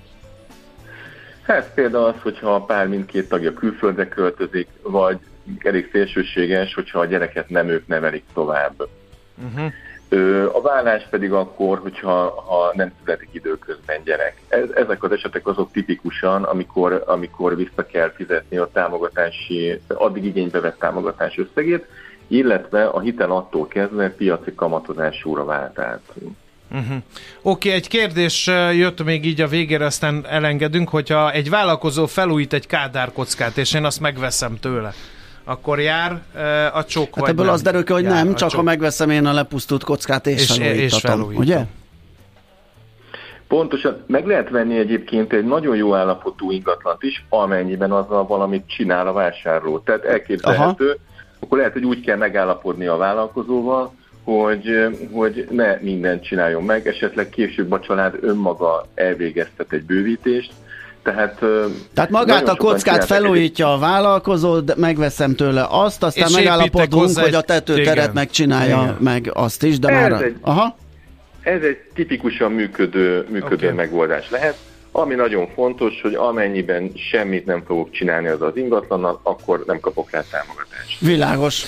Hát például az, hogyha a pár mindkét tagja külföldre költözik, vagy elég szélsőséges, hogyha a gyereket nem ők nevelik tovább. Uh-huh. A vállás pedig akkor, hogyha ha nem születik időközben gyerek. Ez, ezek az esetek azok tipikusan, amikor, amikor vissza kell fizetni a támogatási, addig igénybe vett támogatás összegét, illetve a hitel attól kezdve piaci kamatozásúra vált át.
Uh-huh. Oké, okay, egy kérdés jött még így a végére, aztán elengedünk, hogyha egy vállalkozó felújít egy kádárkockát, és én azt megveszem tőle, akkor jár a csok, hát vagy
ebből
nem?
Az derül ki, hogy nem, csak csok. Ha megveszem én a lepusztult kockát, és, és felújítatom, és felújítom. Ugye?
Pontosan, meg lehet venni egyébként egy nagyon jó állapotú ingatlant is, amennyiben azzal valamit csinál a vásárló. Tehát elképzelhető, aha, akkor lehet, hogy úgy kell megállapodni a vállalkozóval, hogy, hogy ne mindent csináljon meg, esetleg később a család önmaga elvégeztet egy bővítést. Tehát,
Tehát magát a kockát felújítja a vállalkozó, de megveszem tőle azt, aztán megállapodunk, hogy a tetőteret igen. megcsinálja igen. meg azt is, de ez már... Egy, aha.
Ez egy tipikusan működő, működő okay. megoldás lehet. Ami nagyon fontos, hogy amennyiben semmit nem fogok csinálni az az ingatlannal, akkor nem kapok rá támogatást.
Világos.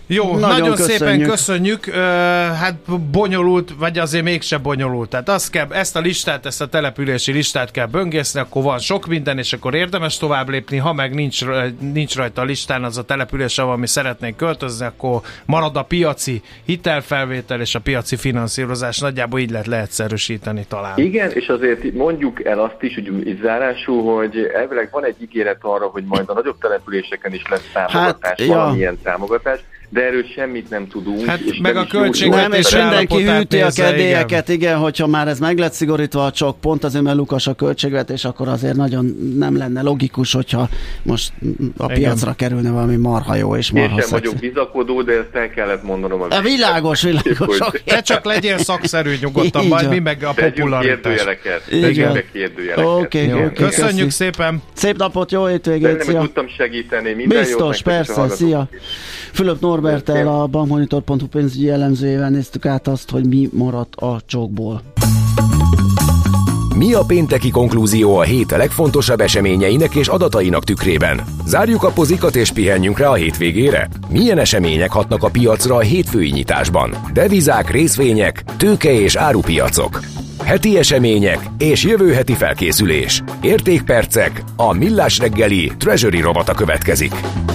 Jó, nagyon,
nagyon
szépen
köszönjük.
köszönjük. Uh, hát bonyolult, vagy azért mégse bonyolult. Tehát azt kell, ezt a listát, ezt a települési listát kell böngészni, akkor van sok minden, és akkor érdemes tovább lépni. Ha meg nincs, nincs rajta a listán az a település, ahol mi szeretnénk költözni, akkor marad a piaci hitelfelvétel és a piaci finanszírozás. Nagyjából így lehet leegyszerűsíteni talán.
Igen, és azért mondjuk el azt is, hogy így zárásul, hogy elvileg van egy ígéret arra, hogy majd a nagyobb településeken is lesz támogatás,
Hát,
valamilyen ja. támogatás, de erről semmit nem tudunk.
Hát
és
meg
nem
a
is jó-
költségvetés
Nem, és mindenki
állapotát
hűti a
nézze,
kedélyeket, igen. igen, hogyha már ez meg lett szigorítva a csok, pont azért, mert lukas a költségvetés, akkor azért nagyon nem lenne logikus, hogyha most a
Igen.
piacra kerülne valami marha jó és
Én
marha
sem vagyok
szexi.
bizakodó, de ezt el kellett mondanom.
A világos, világos.
Hogy-
oké.
Te csak legyél szakszerű nyugodtan,
Így
majd
van.
mi meg a
Tegyünk
popularitás.
kérdőjeleket.
Így
Tegyünk
van.
be kérdőjeleket.
Oké,
Jó,
oké,
köszönjük
köszi.
szépen.
Szép napot, jó hétvégét,
Remélem, hogy
szia!
tudtam segíteni. Minden jót
Biztos,
nektek és a
persze,
hallgatóknak
szia!
is.
Fülöp Norberttel,
Szia.
a bankmonitor pont hu pénzügyi elemzőjével néztük át azt, hogy mi maradt a csokból.
Mi a pénteki konklúzió a hét legfontosabb eseményeinek és adatainak tükrében? Zárjuk a pozikat és pihenjünk rá a hétvégére? Milyen események hatnak a piacra a hétfői nyitásban? Devizák, részvények, tőke és árupiacok. Heti események és jövő heti felkészülés. Értékpercek, a Millás reggeli Treasury rovata következik.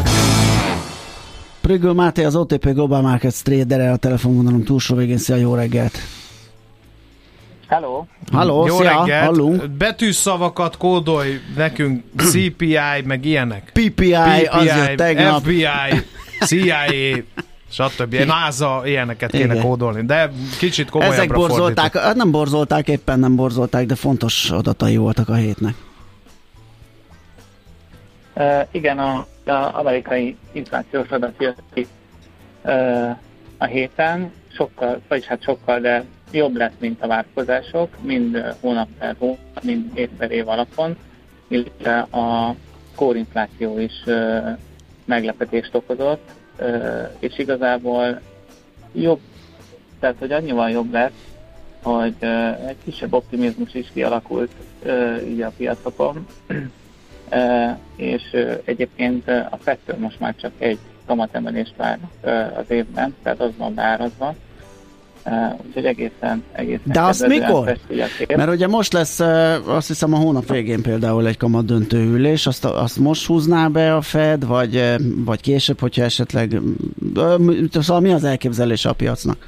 Prügül Máté, az o té pé Global Markets tradere a telefonvonalom túlsó végén. Szia, jó reggelt!
Hello.
Halló,
Jó
szia,
reggelt.
hallunk.
Betűszavakat kódolj nekünk, cé pé i, meg ilyenek.
pé pé i, az jött tegnap.
ef bé i, cé i á, stb. NASA, ilyeneket kéne
Igen.
kódolni, de kicsit komolyabbra
Ezek borzolták,
fordítok.
hát nem borzolták, éppen nem borzolták, de fontos adatai voltak a hétnek.
Uh, igen, a, a amerikai inflációs adat jött ki uh, a héten, sokkal, vagyis hát sokkal, de jobb lett, mint a várakozások, mind uh, hónap per hónap, mind év per év alapon, illetve a kórinfláció is uh, meglepetést okozott, uh, és igazából jobb, tehát hogy annyival jobb lett, hogy uh, egy kisebb optimizmus is kialakult uh, így a piacokon, Uh, és uh, egyébként uh, a Fedtől most már csak egy kamatemelést várnak uh, az évben, tehát az van beárazva. Uh, úgyhogy egészen, egészen
De azt
kedvezően
mikor?
festi a kép.
Mert ugye most lesz, uh, azt hiszem a hónap végén például egy kamat döntő ülés, azt, azt most húzná be a Fed, vagy, uh, vagy később, hogyha esetleg, uh, szóval mi az elképzelése a piacnak?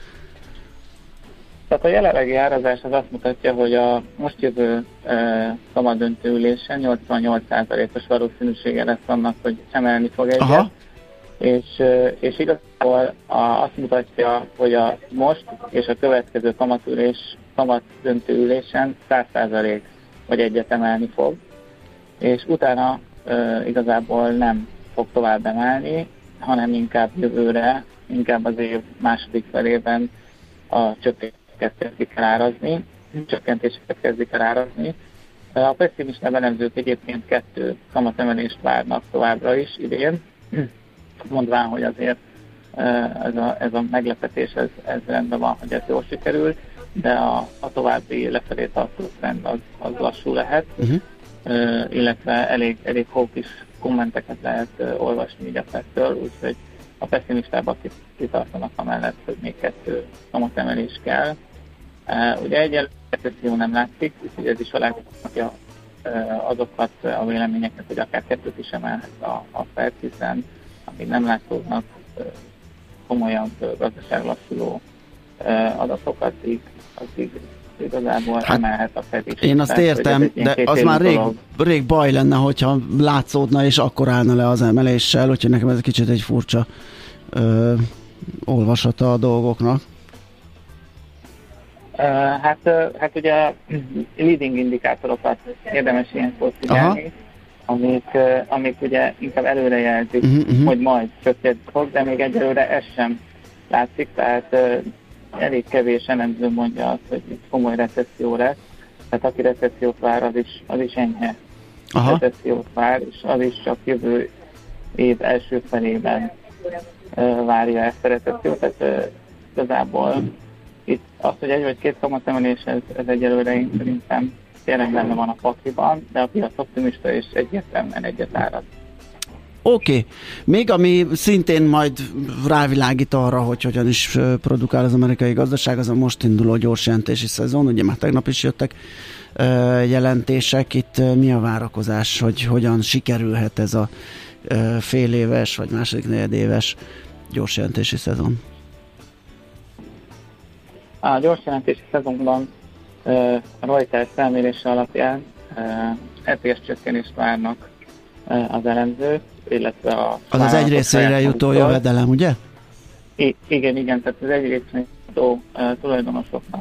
Tehát a jelenlegi árazás az azt mutatja, hogy a most jövő uh, kamatdöntő ülésen nyolcvannyolc százalékos valószínűsége lesz annak, hogy emelni fog egyet.
Aha.
És, uh, és igazából a, azt mutatja, hogy a most és a következő kamatülés, kamatdöntő ülésen száz százalék vagy egyet emelni fog, és utána uh, igazából nem fog tovább emelni, hanem inkább jövőre, inkább az év második felében a csökkentéseket kezdik el árazni, csökkentéseket kezdik el árazni. A pessimista elemzők egyébként kettő kamatemelést várnak továbbra is idén, mondván, hogy azért ez a, ez a meglepetés, ez, ez rendben van, hogy ez jól sikerül, de a, a további lefelé tartó trend az, az lassú lehet, uh-huh. uh, illetve elég, elég hókis kommenteket lehet uh, olvasni így a Fedtől, úgyhogy a pessimistábbak kitartanak amellett, hogy még kettő kamatemelés kell. Uh, ugye egyelőre recesszió nem látszik, úgyhogy ez is alágazhatja uh, azokat a véleményeket, hogy akár kettőt is emelhet a, a Fed, hiszen amíg nem látszódnak uh, komolyabb uh, gazdaságlassuló uh, adatokat, addig, addig igazából hát, emelhet a Fed is.
Én azt
Tehát,
értem, de az már rég, rég baj lenne, hogyha látszódna és akkor állna le az emeléssel, úgyhogy nekem ez egy kicsit egy furcsa ö, olvasata a dolgoknak.
Uh, hát, uh, hát ugye leading indikátorokat érdemes ilyenkor figyelni, amik, uh, amik ugye inkább előrejelzik, uh-huh, uh-huh. hogy majd csökkenteni fog, de még egyelőre ez sem látszik, tehát uh, elég kevés elemző mondja azt, hogy itt komoly recesszió lesz, tehát aki recessziót vár, az is, az is enyhe Aha. recessziót vár, és az is csak jövő év első felében uh, várja ezt a recessziót, tehát uh, igazából itt az, hogy egy vagy két kamatemelés, ez, ez egyelőre én szerintem tényleg benne van a pakliban, de a piac optimista és egyértelműen egyet árad.
Oké. Okay. Még ami szintén majd rávilágít arra, hogy hogyan is produkál az amerikai gazdaság, az a most induló gyors jelentési szezon. Ugye már tegnap is jöttek uh, jelentések. Itt uh, mi a várakozás, hogy hogyan sikerülhet ez a uh, fél éves vagy második negyedéves gyors jelentési szezon?
A gyors jelentési szezonban uh, a Reuters felmérése alapján uh, é pé es csökkenést várnak uh, az elemzők, illetve a...
Az az egy részére jutó jövedelem, ugye?
I- igen, igen, tehát az egy részére jutó uh, tulajdonosoknak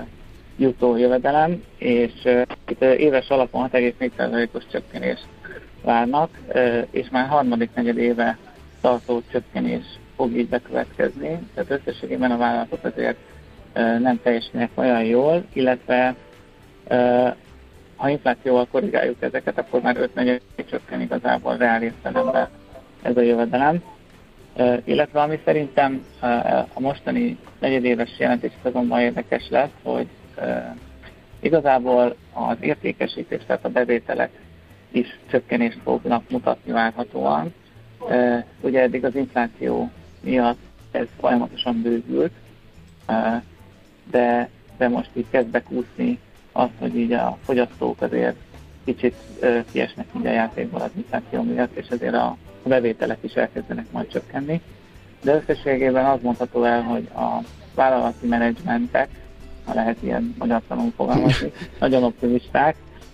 jutó jövedelem, és uh, itt uh, éves alapon hat egész négy százalékos csökkenést várnak, uh, és már harmadik negyed éve tartó csökkenés fog így bekövetkezni, tehát összességében a vállalatok azért uh, nem teljesülnek olyan jól, illetve uh, ha inflációval korrigáljuk ezeket, akkor már öt negyed csökken igazából reál értelemben ez a jövedelem. Uh, illetve ami szerintem uh, a mostani negyedéves jelentés szezonban érdekes lesz, hogy uh, igazából az értékesítés, tehát a bevételek is csökkenést fognak mutatni várhatóan. Uh, ugye eddig az infláció miatt ez folyamatosan bővült, uh, de, de most így kezd bekúszni az, hogy így a fogyasztók azért kicsit uh, kiesnek így a játékból az infláció miatt, és ezért a bevételek is elkezdenek majd csökkenni. De összességében az mondható el, hogy a vállalati menedzsmentek, ha lehet ilyen magyartanul fogalmazni, nagyon optimisták,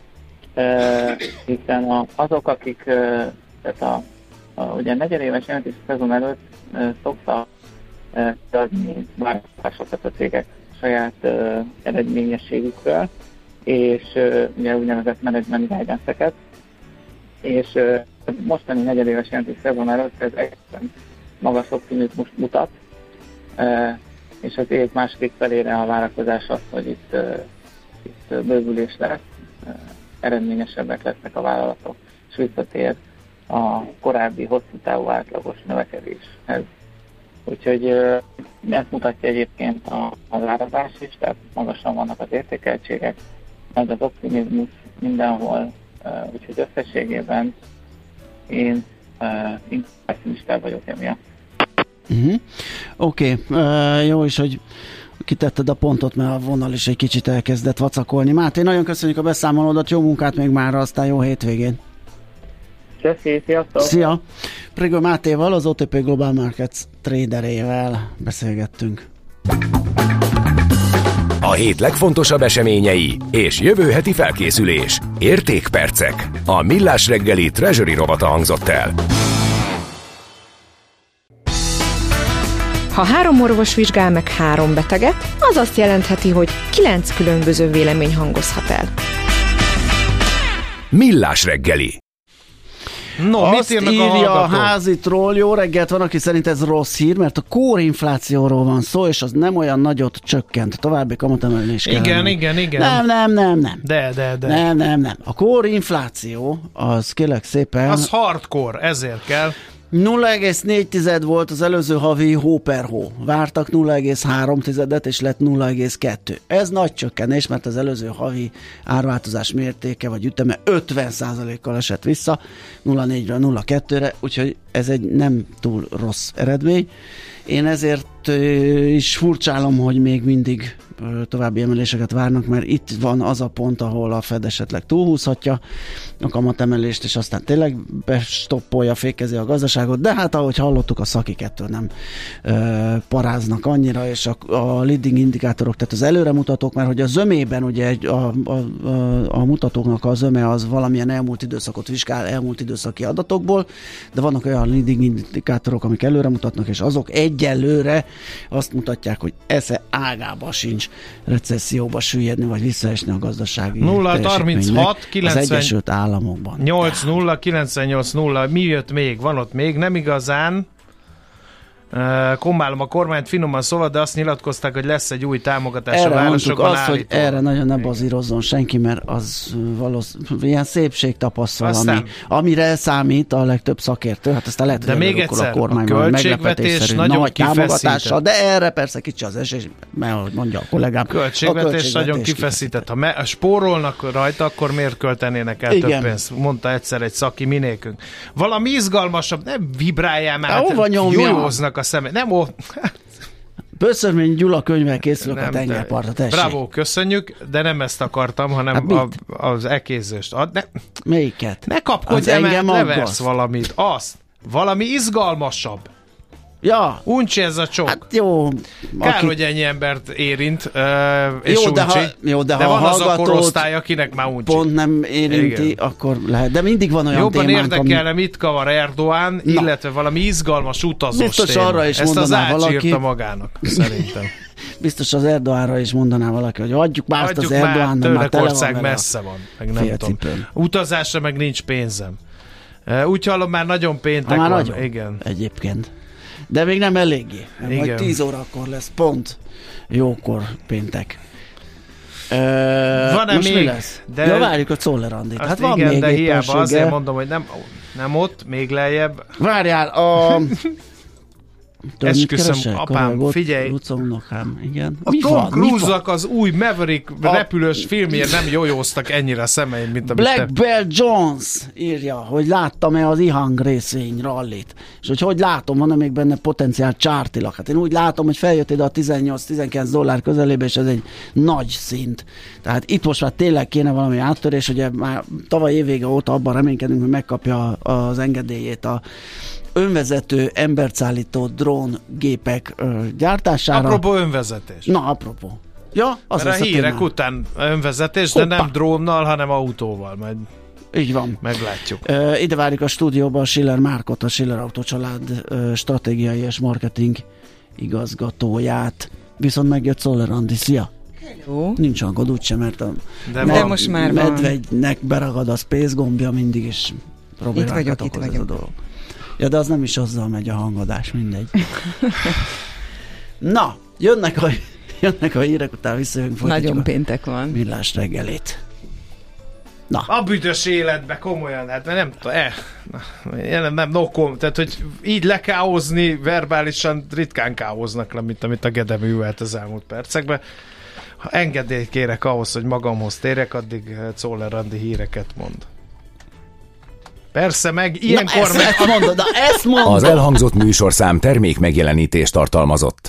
uh, hiszen a, azok, akik uh, tehát a, a, ugye negyedéves jelentési szezon előtt uh, szoktak uh, adni várakozásokat a cégek saját uh, eredményességükről, és uh, ugye úgynevezett management guidance-eket, és uh, mostani negyedéves jelentés szezon előtt ez egészen magas optimizmus mutat, uh, és az év második felére a várakozás az, hogy itt, uh, itt bővülés lesz, uh, eredményesebbek lesznek a vállalatok, és visszatér a korábbi hosszú távú átlagos növekedéshez. Úgyhogy uh, ezt mutatja egyébként a, az árazás is, tehát magasan vannak az értékeltségek, meg az optimizmus mindenhol, uh, úgyhogy összességében én uh, pessimista vagyok emiatt.
Uh-huh. Oké, okay. uh, jó is, hogy kitetted a pontot, mert a vonal is egy kicsit elkezdett vacakolni. Máté, nagyon köszönjük a beszámolódat, jó munkát még mára, aztán jó hétvégén.
Köszi, sziasztok!
Szia! Prigő Mátéval, az o té pé Global Markets traderével beszélgettünk.
A hét legfontosabb eseményei és jövő heti felkészülés. Értékpercek. A Millás reggeli Treasury rovata hangzott el.
Ha három orvos vizsgál meg három beteget, az azt jelentheti, hogy kilenc különböző vélemény hangozhat el.
Millás reggeli.
No,
azt
mit írnak
írja
a
a házi troll, jó reggelt, van, aki szerint ez rossz hír, mert a kórinflációról van szó, és az nem olyan nagyot csökkent. További kamatemelés kell.
Igen, igen, igen.
Nem, nem, nem, nem.
De, de, de.
Nem, nem, nem. A kórinfláció, az kérlek szépen...
Az hardcore, ezért kell.
nulla egész négy volt az előző havi hó per hó. Vártak nulla egész három és lett nulla egész kettő. Ez nagy csökkenés, mert az előző havi árváltozás mértéke vagy üteme ötven százalékkal esett vissza, nulla egész négyről nulla egész kettőre, úgyhogy ez egy nem túl rossz eredmény. Én ezért is furcsálom, hogy még mindig további emeléseket várnak, mert itt van az a pont, ahol a Fed esetleg túlhúzhatja a kamatemelést, és aztán tényleg bestoppolja, fékezi a gazdaságot, de hát ahogy hallottuk, a szakik ettől nem ö, paráznak annyira, és a, a leading indikátorok, tehát az előremutatók, mert hogy a zömében ugye a, a, a, a mutatóknak a zöme az valamilyen elmúlt időszakot vizsgál, elmúlt időszaki adatokból, de vannak olyan leading indikátorok, amik előremutatnak, és azok egyelőre azt mutatják, hogy esze ágába sincs recesszióba süllyedni, vagy visszaesni a gazdasági
nulla harminchat
az Egyesült Államokban.
nyolc nulla kilencvennyolc nulla Mi jött még? Van ott még? Nem igazán. Kommálom a kormányt finoman szóval, de azt nyilatkozták, hogy lesz egy új támogatás
erre
a városokon
azt, hogy
állítólag.
erre nagyon ne bazírozzon senki, mert az valószínűleg ilyen szépség tapasztal,
Aztán,
ami, amire számít a legtöbb szakértő. Hát aztán lehet,
de
hogy
még egyszer,
a kormány
a költségvetés nagyon
nagy támogatással,
kifeszített.
de erre persze kicsi az esély, mert ahogy mondja a kollégám.
Költségvetés, a költségvetés nagyon kifeszített. Ha me- spórolnak rajta, akkor miért költenének el Igen. több pénzt? Mondta egyszer egy szaki minékünk. Valami izgalmasabb, nem vibráljál már, hát jójóznak a szemét. Nem ó...
Böszörmény Gyula könyvvel készülök nem, a tengerpartra, tessék.
Bravo, köszönjük, de nem ezt akartam, hanem hát a, az ekézőst. A, ne,
Melyiket?
Ne kapkodj, emelt, leversz valamit. Azt. Valami izgalmasabb.
Ja.
Uncsi ez a csok.
Hát jó.
Kár, aki... hogy ennyi embert érint, uh, és
jó,
uncsi.
De, ha, jó, de,
de
ha
van az a
korosztály,
korosztály, akinek már uncsi.
Pont nem érinti, igen. Akkor lehet. De mindig van olyan
jobban
témánk,
érdekelne,
ami...
mit kavar Erdoğan, Na. illetve valami izgalmas utazós
Biztos
téma.
arra is
Ezt
mondaná
az Ács
valaki...
írta magának, szerintem.
Biztos az Erdoğanra is mondaná valaki, hogy adjuk már azt az Erdoğan, de már tele van
messze van, meg nem tudom. Utazásra meg nincs pénzem. Úgy hallom, már nagyon péntek
már
van.
Nagyon.
Igen.
Egyébként. De még nem eléggé. Majd tíz órakor lesz pont jókor péntek.
Van-e
most
még?
Mi lesz?
De
ja, várjuk a Czoller Andit. Hát van
igen,
még
de hiába
éppenséggel.
Azért mondom, hogy nem, nem ott, még lejjebb.
Várjál, a...
Esküszöm, apám,
Kavagot,
figyelj!
Lucónokám, igen.
A
Mi
Tom
van?
Cruise-nak az új Maverick a... repülős filmjét nem jójóztak ennyire a szemeim, mint amit
Black
te...
Bear Jones írja, hogy láttam-e az ihang részvény rallit. És hogy hogy látom, van-e még benne potenciál csártilag. Hát én úgy látom, hogy feljött ide a tizennyolc-tizenkilenc dollár közelébe, és ez egy nagy szint. Tehát itt most már tényleg kéne valami áttörés, ugye már tavaly évvége óta abban reménykedünk, hogy megkapja az engedélyét a önvezető emberszállító dróngépek ö, gyártására.
Apropó önvezetés.
Na, apropó. Ja, az
Mert a hírek témán. Után önvezetés, Hoppá. de nem drónnal, hanem autóval. Majd
így van.
Meglátjuk.
Ö, ide várjuk a stúdióba a Schiller Márkot, a Schiller Autócsalád ö, stratégiai és marketing igazgatóját. Viszont megjött Czoller Andi. Szia!
Hello.
Nincs hangod úgysem, mert a
de med- most már
medvegynek beragad a space gombja, mindig is
problémákat okoz ez a dolog.
Ja, de az nem is azzal megy a hangadás, mindegy. Na, jönnek a, jönnek a hírek, után visszajönk.
Nagyon péntek van.
Millás reggelét. Na.
A büdös életbe, komolyan, hát nem tudom, eh, nem, nem, no kom, tehát, hogy így lekáozni, verbálisan ritkán káoznak le, mint amit a Gede művelt az elmúlt percekben. Ha engedélyt kérek ahhoz, hogy magamhoz térek, addig Czoller Andi híreket mond. Persze, meg ilyenkor
na,
meg...
Ezt mondod, na ezt mondod.
Az elhangzott műsorszám termék megjelenítést tartalmazott.